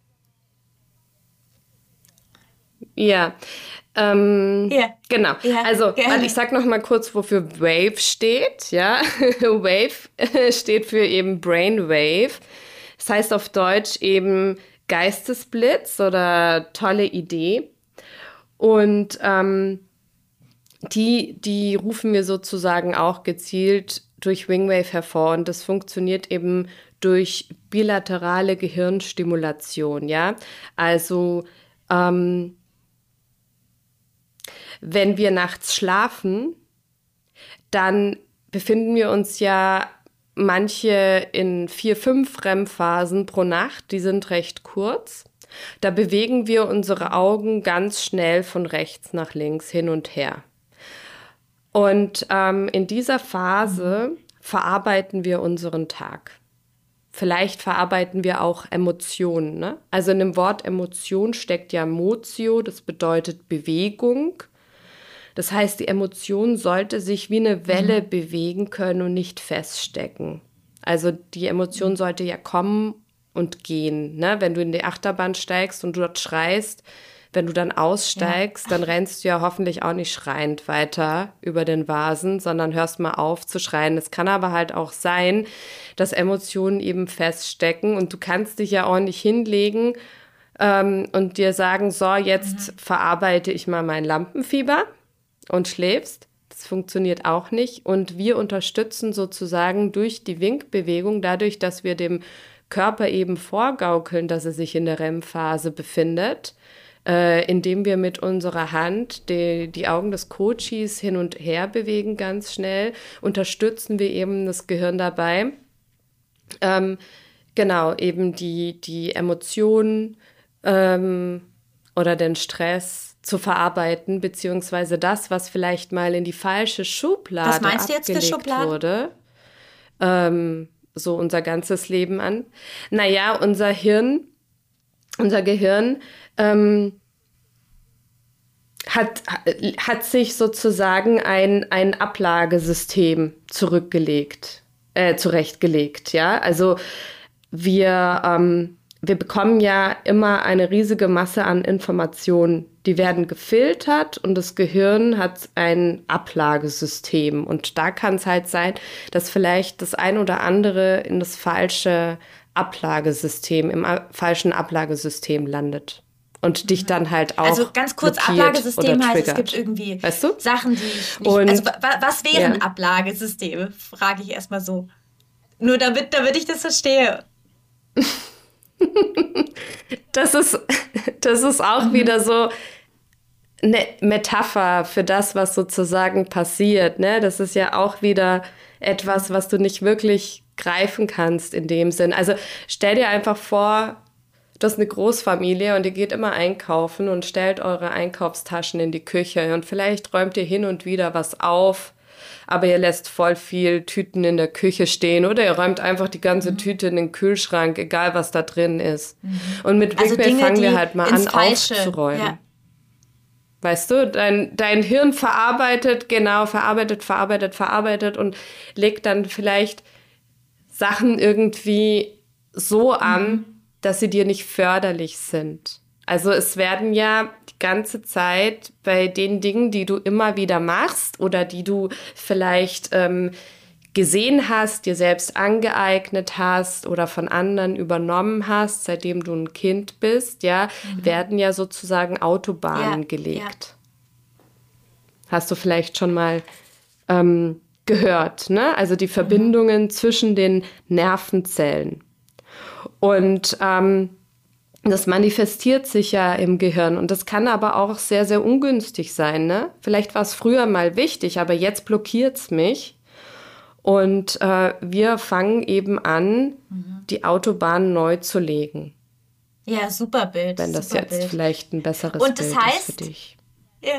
[SPEAKER 2] Ja, ähm,
[SPEAKER 1] ja,
[SPEAKER 2] genau.
[SPEAKER 1] ja,
[SPEAKER 2] Also, warte,
[SPEAKER 1] gerne.
[SPEAKER 2] ich sag noch mal kurz, wofür Wave steht. Ja, Wave äh, steht für eben Brainwave. Das heißt auf Deutsch eben Geistesblitz oder tolle Idee. Und ähm, die, die rufen wir sozusagen auch gezielt durch Wingwave hervor. Und das funktioniert eben durch bilaterale Gehirnstimulation. Ja, also ähm, wenn wir nachts schlafen, dann befinden wir uns ja manche in vier, fünf R E M-Phasen pro Nacht, die sind recht kurz. Da bewegen wir unsere Augen ganz schnell von rechts nach links hin und her. Und ähm, in dieser Phase verarbeiten wir unseren Tag. Vielleicht verarbeiten wir auch Emotionen. Ne? Also in dem Wort Emotion steckt ja Motio, das bedeutet Bewegung. Das heißt, die Emotion sollte sich wie eine Welle
[SPEAKER 1] Mhm.
[SPEAKER 2] bewegen können und nicht feststecken. Also die Emotion sollte ja kommen und gehen. Ne? Wenn du in die Achterbahn steigst und du dort schreist, wenn du dann
[SPEAKER 1] Ja,
[SPEAKER 2] aussteigst, dann rennst du ja hoffentlich auch nicht schreiend weiter über den Vasen, sondern hörst mal auf zu schreien. Es kann aber halt auch sein, dass Emotionen eben feststecken und du kannst dich ja auch nicht hinlegen ähm, und dir sagen, so, jetzt
[SPEAKER 1] mhm.
[SPEAKER 2] verarbeite ich mal mein Lampenfieber und schläfst. Das funktioniert auch nicht. Und wir unterstützen sozusagen durch die Winkbewegung, dadurch, dass wir dem Körper eben vorgaukeln, dass er sich in der R E M-Phase befindet, äh, indem wir mit unserer Hand die, die Augen des Coaches hin und her bewegen ganz schnell, unterstützen wir eben das Gehirn dabei, ähm, genau, eben die, die Emotionen ähm, oder den Stress zu verarbeiten, beziehungsweise das, was vielleicht mal in die falsche
[SPEAKER 1] Was
[SPEAKER 2] Schublade
[SPEAKER 1] meinst du jetzt für
[SPEAKER 2] abgelegt
[SPEAKER 1] Schubladen?
[SPEAKER 2] wurde, ähm, so unser ganzes Leben an. Naja, unser Hirn, unser Gehirn ähm, hat, hat sich sozusagen ein, ein Ablagesystem zurückgelegt, äh, zurechtgelegt, ja. Also wir, ähm, wir bekommen ja immer eine riesige Masse an Informationen, die werden gefiltert und das Gehirn hat ein Ablagesystem. Und da kann es halt sein, dass vielleicht das ein oder andere in das falsche Ablagesystem, im a- falschen Ablagesystem landet und dich dann halt
[SPEAKER 1] Also
[SPEAKER 2] auch
[SPEAKER 1] ganz kurz,
[SPEAKER 2] blockiert oder
[SPEAKER 1] Ablagesystem heißt, es gibt
[SPEAKER 2] triggert.
[SPEAKER 1] irgendwie
[SPEAKER 2] Weißt du?
[SPEAKER 1] Sachen, die ich nicht. Also
[SPEAKER 2] Und
[SPEAKER 1] wa wa- was
[SPEAKER 2] ja.
[SPEAKER 1] wären Ablagesysteme? Frage ich erstmal so. Nur damit, damit ich das verstehe.
[SPEAKER 2] Das ist, das ist auch mhm. wieder so eine Metapher für das, was sozusagen passiert. Ne? Das ist ja auch wieder etwas, was du nicht wirklich greifen kannst in dem Sinn. Also stell dir einfach vor, du hast eine Großfamilie und ihr geht immer einkaufen und stellt eure Einkaufstaschen in die Küche und vielleicht räumt ihr hin und wieder was auf, aber ihr lässt voll viel Tüten in der Küche stehen oder ihr räumt einfach die ganze mhm. Tüte in den Kühlschrank, egal was da drin ist. Mhm. Und mit
[SPEAKER 1] also
[SPEAKER 2] Wingwave
[SPEAKER 1] Dinge,
[SPEAKER 2] fangen wir halt mal an,
[SPEAKER 1] Falsche.
[SPEAKER 2] aufzuräumen.
[SPEAKER 1] Ja.
[SPEAKER 2] Weißt du, dein, dein Hirn verarbeitet, genau, verarbeitet, verarbeitet, verarbeitet und legt dann vielleicht Sachen irgendwie so an, mhm. dass sie dir nicht förderlich sind. Also es werden ja die ganze Zeit bei den Dingen, die du immer wieder machst oder die du vielleicht ähm, gesehen hast, dir selbst angeeignet hast oder von anderen übernommen hast, seitdem du ein Kind bist, ja, mhm. werden ja sozusagen Autobahnen ja, gelegt. Ja. Hast du vielleicht schon mal ähm, gehört, ne? Also die Verbindungen mhm. zwischen den Nervenzellen. Und ähm, das manifestiert sich ja im Gehirn und das kann aber auch sehr, sehr ungünstig sein, ne? Vielleicht war es früher mal wichtig, aber jetzt blockiert es mich. Und äh, wir fangen eben an, mhm. die Autobahn neu zu legen.
[SPEAKER 1] Ja, super Bild.
[SPEAKER 2] Wenn das
[SPEAKER 1] super
[SPEAKER 2] jetzt
[SPEAKER 1] Bild.
[SPEAKER 2] vielleicht ein besseres
[SPEAKER 1] und das
[SPEAKER 2] Bild
[SPEAKER 1] heißt,
[SPEAKER 2] ist für dich.
[SPEAKER 1] Ja.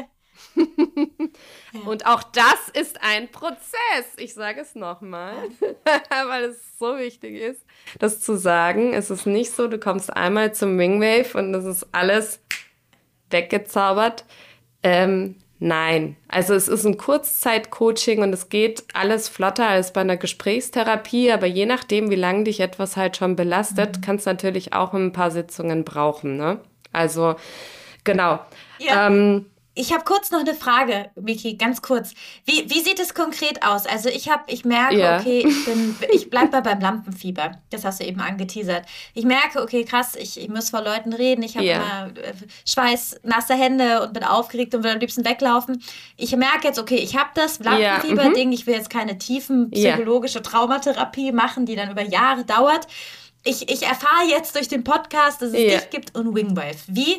[SPEAKER 2] ja. Und auch das ist ein Prozess. Ich sage es nochmal, weil es so wichtig ist, das zu sagen. Es ist nicht so, du kommst einmal zum Wingwave und das ist alles weggezaubert. Ähm, Nein, also es ist ein Kurzzeit-Coaching und es geht alles flotter als bei einer Gesprächstherapie, aber je nachdem, wie lange dich etwas halt schon belastet, mhm. kann es natürlich auch ein paar Sitzungen brauchen, ne? Also, genau.
[SPEAKER 1] Ja.
[SPEAKER 2] Ähm,
[SPEAKER 1] Ich habe kurz noch eine Frage, Miki, ganz kurz. Wie, wie sieht es konkret aus? Also ich habe, ich merke,
[SPEAKER 2] ja.
[SPEAKER 1] okay, ich bin, ich bleib mal beim Lampenfieber. Das hast du eben angeteasert. Ich merke, okay, krass, ich, ich muss vor Leuten reden. Ich habe
[SPEAKER 2] ja.
[SPEAKER 1] immer äh, Schweiß, nasse Hände und bin aufgeregt und will am liebsten weglaufen. Ich merke jetzt, okay, ich habe das Lampenfieber-Ding. Ja. Ich will jetzt keine tiefen psychologische Traumatherapie machen, die dann über Jahre dauert. Ich, ich erfahre jetzt durch den Podcast, dass es
[SPEAKER 2] ja.
[SPEAKER 1] dich gibt und Wingwave. Wie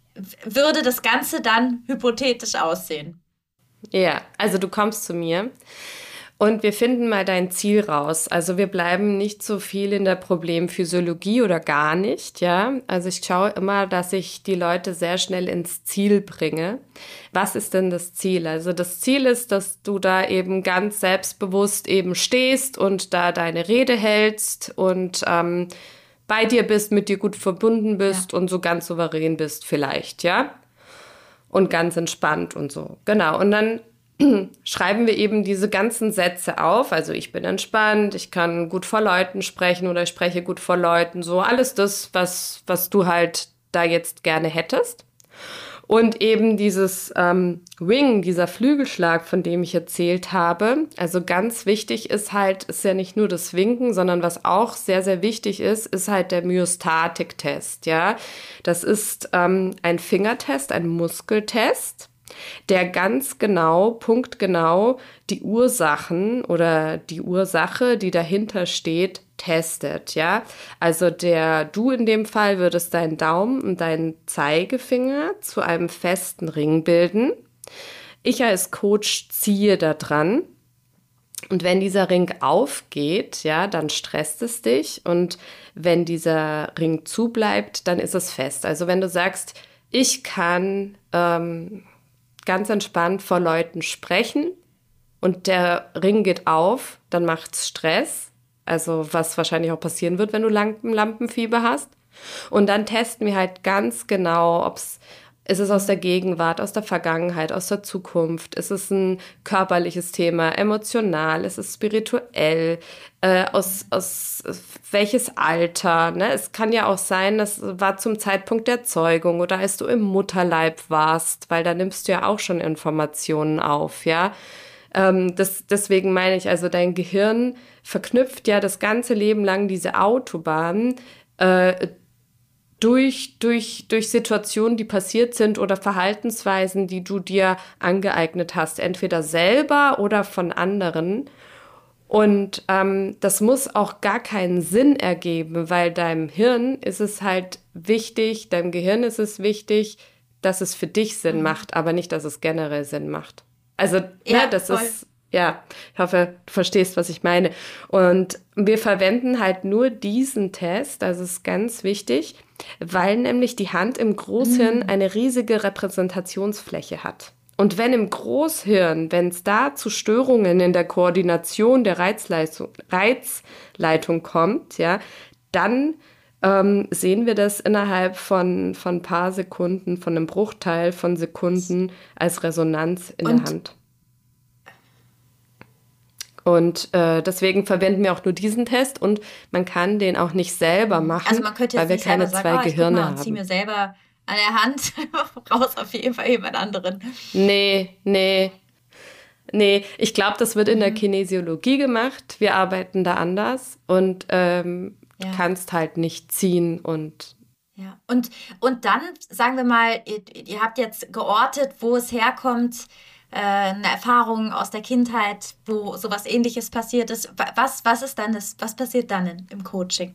[SPEAKER 1] würde das Ganze dann hypothetisch aussehen?
[SPEAKER 2] Ja, also du kommst zu mir und wir finden mal dein Ziel raus. Also wir bleiben nicht so viel in der Problemphysiologie oder gar nicht, ja. Also ich schaue immer, dass ich die Leute sehr schnell ins Ziel bringe. Was ist denn das Ziel? Also das Ziel ist, dass du da eben ganz selbstbewusst eben stehst und da deine Rede hältst und ähm, bei dir bist, mit dir gut verbunden bist ja. und so ganz souverän bist vielleicht, ja? Und ganz entspannt und so. Genau. Und dann schreiben wir eben diese ganzen Sätze auf. Also ich bin entspannt, ich kann gut vor Leuten sprechen oder ich spreche gut vor Leuten. So alles das, was, was du halt da jetzt gerne hättest. Und eben dieses ähm, Wing, dieser Flügelschlag, von dem ich erzählt habe. Also ganz wichtig ist halt, ist ja nicht nur das Winken, sondern was auch sehr, sehr wichtig ist, ist halt der Myostatik-Test, ja. Das ist ähm, ein Fingertest, ein Muskeltest, der ganz genau, punktgenau die Ursachen oder die Ursache, die dahinter steht, testet, ja. Also der, du in dem Fall würdest deinen Daumen und deinen Zeigefinger zu einem festen Ring bilden. Ich als Coach ziehe da dran. Und wenn dieser Ring aufgeht, ja, dann stresst es dich. Und wenn dieser Ring zubleibt, dann ist es fest. Also wenn du sagst, ich kann ähm, ganz entspannt vor Leuten sprechen und der Ring geht auf, dann macht's Stress. Also was wahrscheinlich auch passieren wird, wenn du Lampen, Lampenfieber hast. Und dann testen wir halt ganz genau, ob es ist es aus der Gegenwart, aus der Vergangenheit, aus der Zukunft. Ist es ein körperliches Thema, emotional, ist es spirituell, äh, aus, aus welches Alter. Ne? Es kann ja auch sein, das war zum Zeitpunkt der Zeugung oder als du im Mutterleib warst, weil da nimmst du ja auch schon Informationen auf, ja. Ähm, das, deswegen meine ich, also dein Gehirn verknüpft ja das ganze Leben lang diese Autobahn äh, durch, durch, durch Situationen, die passiert sind oder Verhaltensweisen, die du dir angeeignet hast, entweder selber oder von anderen. Und ähm, das muss auch gar keinen Sinn ergeben, weil deinem Hirn ist es halt wichtig, deinem Gehirn ist es wichtig, dass es für dich Sinn mhm. macht, aber nicht, dass es generell Sinn macht. Also, ja, ne, das voll. ist, ja, ich hoffe, du verstehst, was ich meine. Und wir verwenden halt nur diesen Test, das ist ganz wichtig, weil nämlich die Hand im Großhirn mhm. eine riesige Repräsentationsfläche hat. Und wenn im Großhirn, wenn es da zu Störungen in der Koordination der Reizleitung, Reizleitung kommt, ja, dann ähm, sehen wir das innerhalb von von ein paar Sekunden, von einem Bruchteil von Sekunden als Resonanz in Und? der Hand. Und äh, deswegen verwenden wir auch nur diesen Test und man kann den auch nicht selber machen,
[SPEAKER 1] also man könnte jetzt
[SPEAKER 2] weil wir
[SPEAKER 1] nicht
[SPEAKER 2] keine
[SPEAKER 1] sagen,
[SPEAKER 2] zwei
[SPEAKER 1] oh,
[SPEAKER 2] Gehirne
[SPEAKER 1] ich
[SPEAKER 2] haben.
[SPEAKER 1] Zieh mir selber an der Hand raus auf jeden Fall jemand anderen.
[SPEAKER 2] Nee, nee. Nee, ich glaube, das wird in der Kinesiologie gemacht. Wir arbeiten da anders und ähm, ja. kannst halt nicht ziehen und
[SPEAKER 1] ja. Und, und dann, sagen wir mal, ihr, ihr habt jetzt geortet, wo es herkommt, äh, eine Erfahrung aus der Kindheit, wo sowas Ähnliches passiert ist. Was, was ist dann das, was passiert dann in, im Coaching?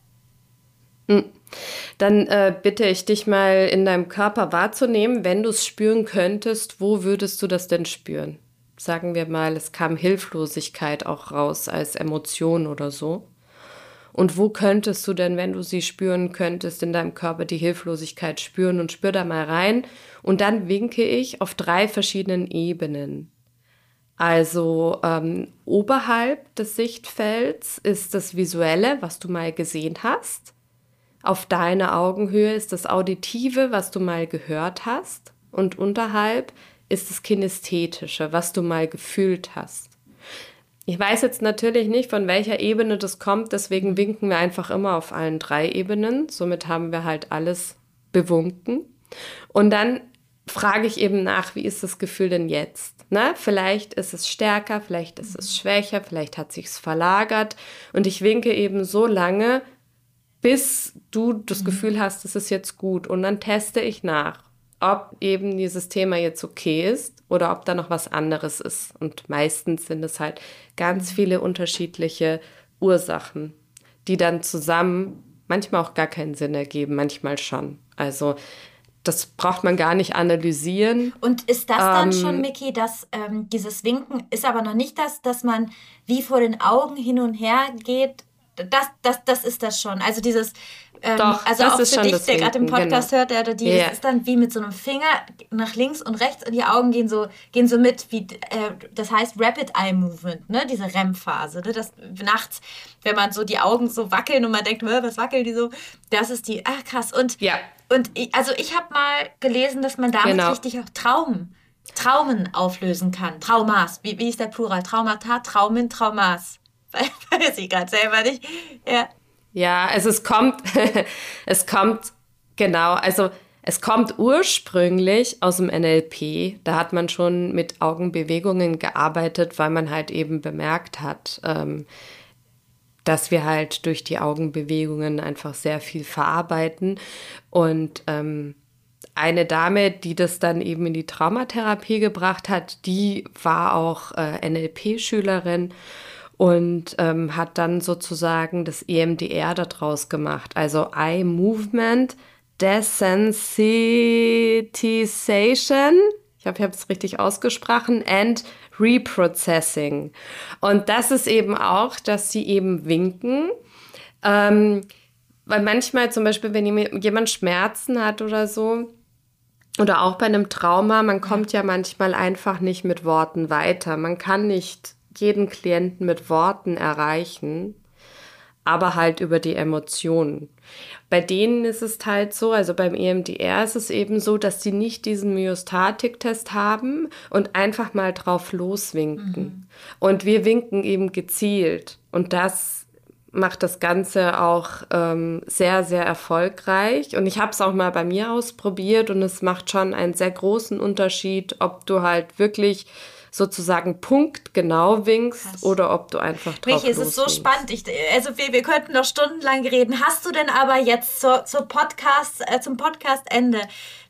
[SPEAKER 2] Dann äh, bitte ich dich mal in deinem Körper wahrzunehmen, wenn du es spüren könntest, wo würdest du das denn spüren? Sagen wir mal, es kam Hilflosigkeit auch raus als Emotion oder so. Und wo könntest du denn, wenn du sie spüren könntest, in deinem Körper die Hilflosigkeit spüren? Und spür da mal rein. Und dann winke ich auf drei verschiedenen Ebenen. Also ähm, oberhalb des Sichtfelds ist das Visuelle, was du mal gesehen hast. Auf deiner Augenhöhe ist das Auditive, was du mal gehört hast. Und unterhalb ist das Kinästhetische, was du mal gefühlt hast. Ich weiß jetzt natürlich nicht, von welcher Ebene das kommt, deswegen winken wir einfach immer auf allen drei Ebenen. Somit haben wir halt alles bewunken. Und dann frage ich eben nach, wie ist das Gefühl denn jetzt? Na, vielleicht ist es stärker, vielleicht ist es schwächer, vielleicht hat sich's verlagert. Und ich winke eben so lange, bis du das Gefühl hast, es ist jetzt gut. Und dann teste ich nach, ob eben dieses Thema jetzt okay ist oder ob da noch was anderes ist. Und meistens sind es halt ganz viele unterschiedliche Ursachen, die dann zusammen manchmal auch gar keinen Sinn ergeben, manchmal schon. Also das braucht man gar nicht analysieren.
[SPEAKER 1] Und ist das dann ähm, schon, Miki, dass ähm, dieses Winken ist aber noch nicht das, dass man wie vor den Augen hin und her geht? Das, das, das ist das schon. Also dieses, ähm,
[SPEAKER 2] Doch,
[SPEAKER 1] also
[SPEAKER 2] das
[SPEAKER 1] auch
[SPEAKER 2] ist
[SPEAKER 1] für
[SPEAKER 2] schon
[SPEAKER 1] dich, der gerade im Podcast
[SPEAKER 2] genau.
[SPEAKER 1] hört, der oder die,
[SPEAKER 2] yeah.
[SPEAKER 1] es ist dann wie mit so einem Finger nach links und rechts und die Augen gehen so, gehen so mit, wie, äh, das heißt Rapid Eye Movement, ne, diese R E M-Phase, ne, das nachts, wenn man so die Augen so wackeln und man denkt, was wackeln die so, das ist die, ach krass. Und,
[SPEAKER 2] ja.
[SPEAKER 1] und ich, also ich habe mal gelesen, dass man damit
[SPEAKER 2] genau.
[SPEAKER 1] richtig auch Traumen, Traumen auflösen kann. Traumas, wie, wie ist der Plural? Traumata, Traumen, Traumas. Weiß ich gerade selber nicht. Ja.
[SPEAKER 2] Ja, also es kommt, es kommt, genau, also es kommt ursprünglich aus dem N L P. Da hat man schon mit Augenbewegungen gearbeitet, weil man halt eben bemerkt hat, ähm, dass wir halt durch die Augenbewegungen einfach sehr viel verarbeiten. Und ähm, eine Dame, die das dann eben in die Traumatherapie gebracht hat, die war auch äh, N L P-Schülerin. Und ähm, hat dann sozusagen das E M D R daraus gemacht. Also Eye Movement Desensitization. Ich hoffe, ich habe es richtig ausgesprochen. And Reprocessing. Und das ist eben auch, dass sie eben winken. Ähm, weil manchmal zum Beispiel, wenn jemand Schmerzen hat oder so, oder auch bei einem Trauma, man kommt ja manchmal einfach nicht mit Worten weiter. Man kann nicht jeden Klienten mit Worten erreichen, aber halt über die Emotionen. Bei denen ist es halt so, also beim E M D R ist es eben so, dass sie nicht diesen Myostatik-Test haben und einfach mal drauf loswinken. Mhm. Und wir winken eben gezielt. Und das macht das Ganze auch ähm, sehr, sehr erfolgreich. Und ich habe es auch mal bei mir ausprobiert und es macht schon einen sehr großen Unterschied, ob du halt wirklich sozusagen punktgenau winkst Krass. Oder ob du einfach drauf
[SPEAKER 1] Michi, es ist so spannend. Ich, also wir, wir könnten noch stundenlang reden. Hast du denn aber jetzt zur, zur Podcast, äh, zum Podcastende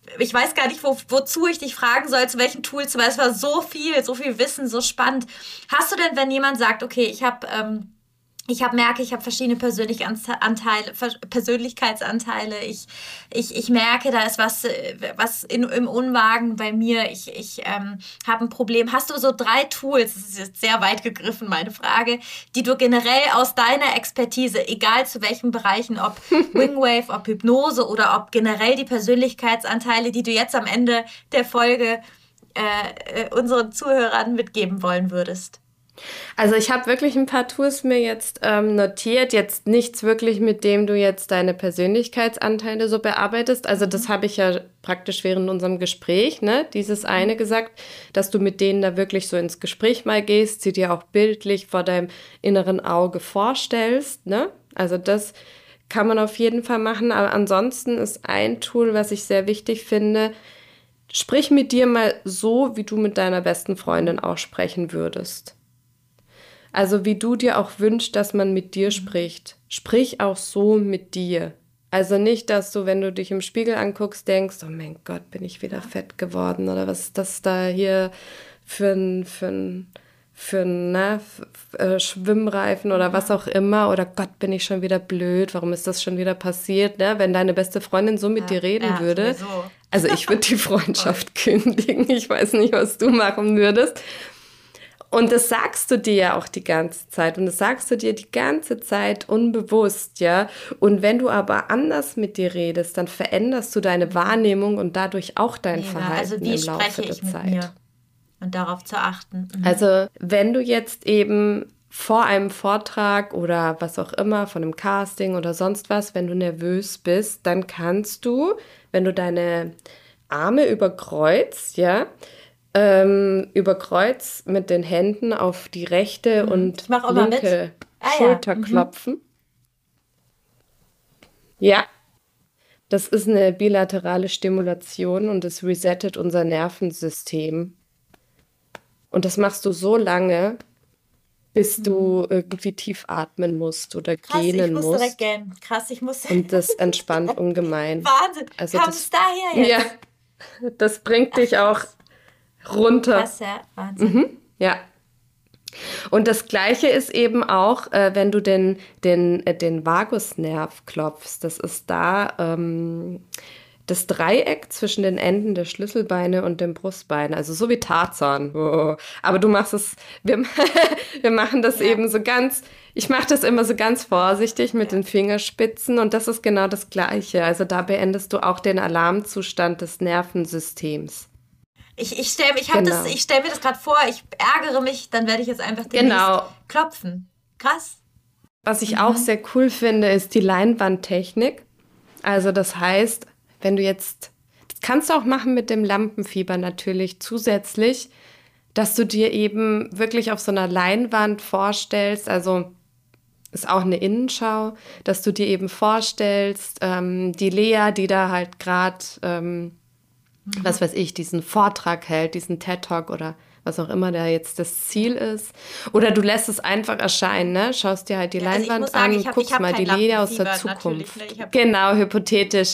[SPEAKER 1] ich weiß gar nicht, wo, wozu ich dich fragen soll, zu welchen Tools, weil es war so viel, so viel Wissen, so spannend. Hast du denn, wenn jemand sagt, okay, ich habe... Ähm, Ich hab, merke, ich habe verschiedene Persönlichkeitsanteile, Persönlichkeitsanteile. Ich, ich, ich merke, da ist was, äh, was in, im Unwagen bei mir. Ich, ich ähm, habe ein Problem. Hast du so drei Tools, das ist jetzt sehr weit gegriffen, meine Frage, die du generell aus deiner Expertise, egal zu welchen Bereichen, ob Wingwave, ob Hypnose oder ob generell die Persönlichkeitsanteile, die du jetzt am Ende der Folge äh, äh, unseren Zuhörern mitgeben wollen würdest?
[SPEAKER 2] Also ich habe wirklich ein paar Tools mir jetzt ähm, notiert. Jetzt nichts wirklich, mit dem du jetzt deine Persönlichkeitsanteile so bearbeitest. Also das habe ich ja praktisch während unserem Gespräch, ne, dieses eine gesagt, dass du mit denen da wirklich so ins Gespräch mal gehst, sie dir auch bildlich vor deinem inneren Auge vorstellst, ne? Also das kann man auf jeden Fall machen. Aber ansonsten ist ein Tool, was ich sehr wichtig finde, sprich mit dir mal so, wie du mit deiner besten Freundin auch sprechen würdest. Also wie du dir auch wünschst, dass man mit dir spricht. Sprich auch so mit dir. Also nicht, dass du, wenn du dich im Spiegel anguckst, denkst, oh mein Gott, bin ich wieder fett geworden oder was ist das da hier für ein, für ein, für ein na, f- äh, Schwimmreifen oder was auch immer oder Gott, bin ich schon wieder blöd, warum ist das schon wieder passiert, ne? Wenn deine beste Freundin so mit
[SPEAKER 1] Ja,
[SPEAKER 2] dir reden
[SPEAKER 1] ja,
[SPEAKER 2] würde,
[SPEAKER 1] sowieso.
[SPEAKER 2] also ich würde die Freundschaft kündigen, ich weiß nicht, was du machen würdest. Und das sagst du dir ja auch die ganze Zeit und das sagst du dir die ganze Zeit unbewusst, ja. Und wenn du aber anders mit dir redest, dann veränderst du deine Wahrnehmung und dadurch auch dein
[SPEAKER 1] Mega.
[SPEAKER 2] Verhalten
[SPEAKER 1] Also wie
[SPEAKER 2] im Laufe
[SPEAKER 1] spreche
[SPEAKER 2] der
[SPEAKER 1] ich mit
[SPEAKER 2] Zeit.
[SPEAKER 1] mir und darauf zu achten. Mhm.
[SPEAKER 2] Also wenn du jetzt eben vor einem Vortrag oder was auch immer, von einem Casting oder sonst was, wenn du nervös bist, dann kannst du, wenn du deine Arme überkreuzt, ja, ähm, überkreuzt mit den Händen auf die rechte und
[SPEAKER 1] Ich mache immer mit.
[SPEAKER 2] linke
[SPEAKER 1] Ah ja.
[SPEAKER 2] Schulter
[SPEAKER 1] Mhm.
[SPEAKER 2] klopfen. Ja, das ist eine bilaterale Stimulation und es resettet unser Nervensystem. Und das machst du so lange, bis du irgendwie tief atmen musst oder
[SPEAKER 1] Krass, ich
[SPEAKER 2] gähnen
[SPEAKER 1] muss direkt
[SPEAKER 2] musst.
[SPEAKER 1] gähnen. Krass, ich muss.
[SPEAKER 2] Und das entspannt ungemein.
[SPEAKER 1] Wahnsinn.
[SPEAKER 2] Also
[SPEAKER 1] Kam
[SPEAKER 2] das,
[SPEAKER 1] es daher
[SPEAKER 2] ja,
[SPEAKER 1] jetzt?
[SPEAKER 2] das bringt dich auch runter.
[SPEAKER 1] Krass, ja. Wahnsinn.
[SPEAKER 2] Ja. Und das Gleiche ist eben auch, äh, wenn du den, den, äh, den Vagusnerv klopfst. Das ist da ähm, das Dreieck zwischen den Enden der Schlüsselbeine und dem Brustbein. Also so wie Tarzan. Oh. Aber du machst es, wir, wir machen das
[SPEAKER 1] Ja.
[SPEAKER 2] eben so ganz, ich mache das immer so ganz vorsichtig mit den Fingerspitzen und das ist genau das Gleiche. Also da beendest du auch den Alarmzustand des Nervensystems.
[SPEAKER 1] Ich, ich stelle ich hab
[SPEAKER 2] Genau.
[SPEAKER 1] das, ich stell mir das gerade vor, ich ärgere mich, dann werde ich jetzt einfach demnächst
[SPEAKER 2] Genau.
[SPEAKER 1] klopfen. Krass.
[SPEAKER 2] Was ich auch sehr cool finde, ist die Leinwandtechnik. Also das heißt, wenn du jetzt, das kannst du auch machen mit dem Lampenfieber natürlich zusätzlich, dass du dir eben wirklich auf so einer Leinwand vorstellst, also ist auch eine Innenschau, dass du dir eben vorstellst, ähm, die Lea, die da halt gerade, ähm, was weiß ich, diesen Vortrag hält, diesen TED-Talk oder was auch immer da jetzt das Ziel ist. Oder du lässt es einfach erscheinen, ne? Schaust dir halt die
[SPEAKER 1] Ja, also ich
[SPEAKER 2] Leinwand
[SPEAKER 1] muss sagen,
[SPEAKER 2] an,
[SPEAKER 1] ich hab-
[SPEAKER 2] guckst
[SPEAKER 1] ich hab
[SPEAKER 2] mal
[SPEAKER 1] kein
[SPEAKER 2] die Lea aus der
[SPEAKER 1] Lampenfieber, natürlich,
[SPEAKER 2] Zukunft.
[SPEAKER 1] ne? Ich hab-
[SPEAKER 2] Genau, hypothetisch.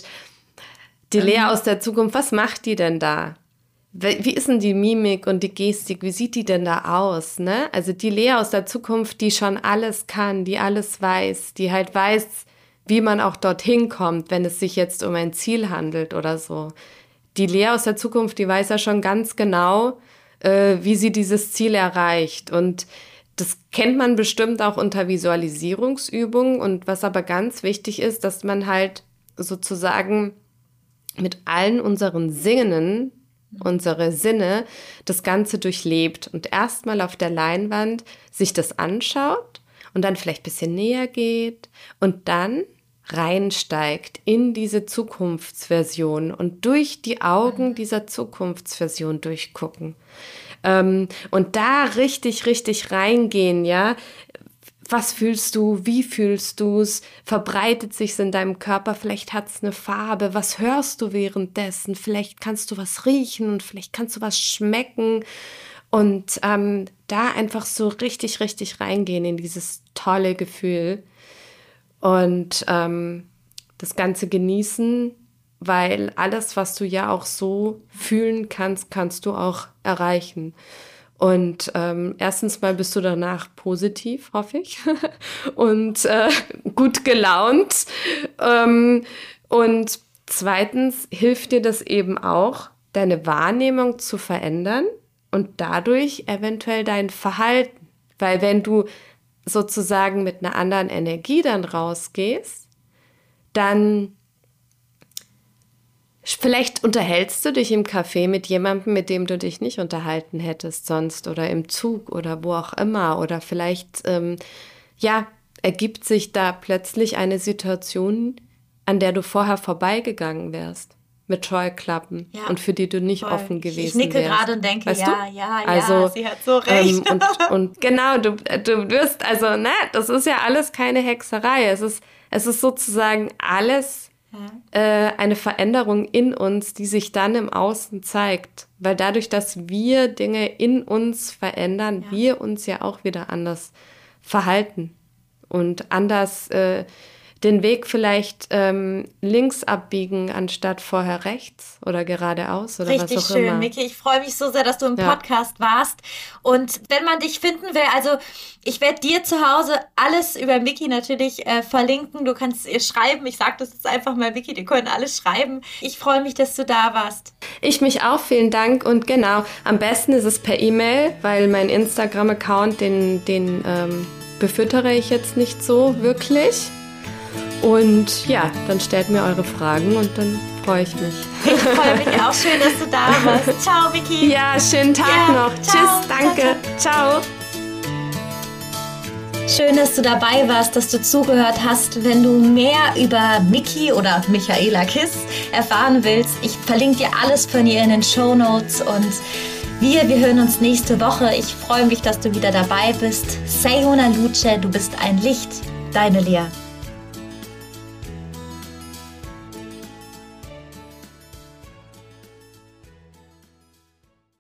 [SPEAKER 2] Die Lea aus der Zukunft, was macht die denn da? Wie wie ist denn die Mimik und die Gestik? Wie sieht die denn da aus, ne? Also die Lea aus der Zukunft, die schon alles kann, die alles weiß, die halt weiß, wie man auch dorthin kommt, wenn es sich jetzt um ein Ziel handelt oder so. Die Lea aus der Zukunft, die weiß ja schon ganz genau, äh, wie sie dieses Ziel erreicht. Und das kennt man bestimmt auch unter Visualisierungsübungen. Und was aber ganz wichtig ist, dass man halt sozusagen mit allen unseren Sinnen, unsere Sinne, das Ganze durchlebt und erstmal auf der Leinwand sich das anschaut und dann vielleicht ein bisschen näher geht und dann reinsteigt in diese Zukunftsversion und durch die Augen dieser Zukunftsversion durchgucken. Ähm, und da richtig, richtig reingehen, ja. Was fühlst du? Wie fühlst du es? Verbreitet sich's in deinem Körper? Vielleicht hat es eine Farbe. Was hörst du währenddessen? Vielleicht kannst du was riechen und vielleicht kannst du was schmecken. Und ähm, da einfach so richtig, richtig reingehen in dieses tolle Gefühl. Und ähm, das Ganze genießen weil alles, was du ja auch so fühlen kannst, kannst du auch erreichen. Und ähm, erstens mal bist du danach positiv, hoffe ich, und äh, gut gelaunt. Ähm, und zweitens hilft dir das eben auch, deine Wahrnehmung zu verändern und dadurch eventuell dein Verhalten. Weil wenn du sozusagen mit einer anderen Energie dann rausgehst, dann vielleicht unterhältst du dich im Café mit jemandem, mit dem du dich nicht unterhalten hättest sonst oder im Zug oder wo auch immer. Oder vielleicht, ähm, ja, ergibt sich da plötzlich eine Situation, an der du vorher vorbeigegangen wärst. Mit Scheuklappen ja, und für die du nicht voll. offen gewesen wärst.
[SPEAKER 1] Ich nicke
[SPEAKER 2] wärst.
[SPEAKER 1] gerade und denke,
[SPEAKER 2] weißt
[SPEAKER 1] ja,
[SPEAKER 2] du?
[SPEAKER 1] ja, ja,
[SPEAKER 2] also,
[SPEAKER 1] sie hat so recht.
[SPEAKER 2] Ähm, und, und genau, du, du wirst, also, ne, das ist ja alles keine Hexerei. Es ist, es ist sozusagen alles ja. äh, eine Veränderung in uns, die sich dann im Außen zeigt. Weil dadurch, dass wir Dinge in uns verändern, ja. wir uns ja auch wieder anders verhalten und anders äh, den Weg vielleicht ähm, links abbiegen, anstatt vorher rechts oder geradeaus oder
[SPEAKER 1] Richtig
[SPEAKER 2] was auch
[SPEAKER 1] schön,
[SPEAKER 2] immer.
[SPEAKER 1] Miki. Ich freue mich so sehr, dass du im
[SPEAKER 2] ja.
[SPEAKER 1] Podcast warst. Und wenn man dich finden will, also ich werde dir zu Hause alles über Miki natürlich äh, verlinken. Du kannst ihr schreiben. Ich sage das jetzt einfach mal, Miki, die können alles schreiben. Ich freue mich, dass du da warst.
[SPEAKER 2] Ich mich auch, vielen Dank. Und genau, am besten ist es per E-Mail, weil mein Instagram-Account, den, den ähm, befüttere ich jetzt nicht so wirklich. Und ja, dann stellt mir eure Fragen und dann freue ich mich.
[SPEAKER 1] Ich freue mich auch. Schön, dass du da warst. Ciao, Miki.
[SPEAKER 2] Ja, schönen Tag ja, noch. Ciao. Tschüss, danke. Ciao, ciao.
[SPEAKER 1] Schön, dass du dabei warst, dass du zugehört hast. Wenn du mehr über Miki oder Michaela Kiss erfahren willst, ich verlinke dir alles von ihr in den Shownotes und wir, wir hören uns nächste Woche. Ich freue mich, dass du wieder dabei bist. Sei una luce, du bist ein Licht. Deine Lea.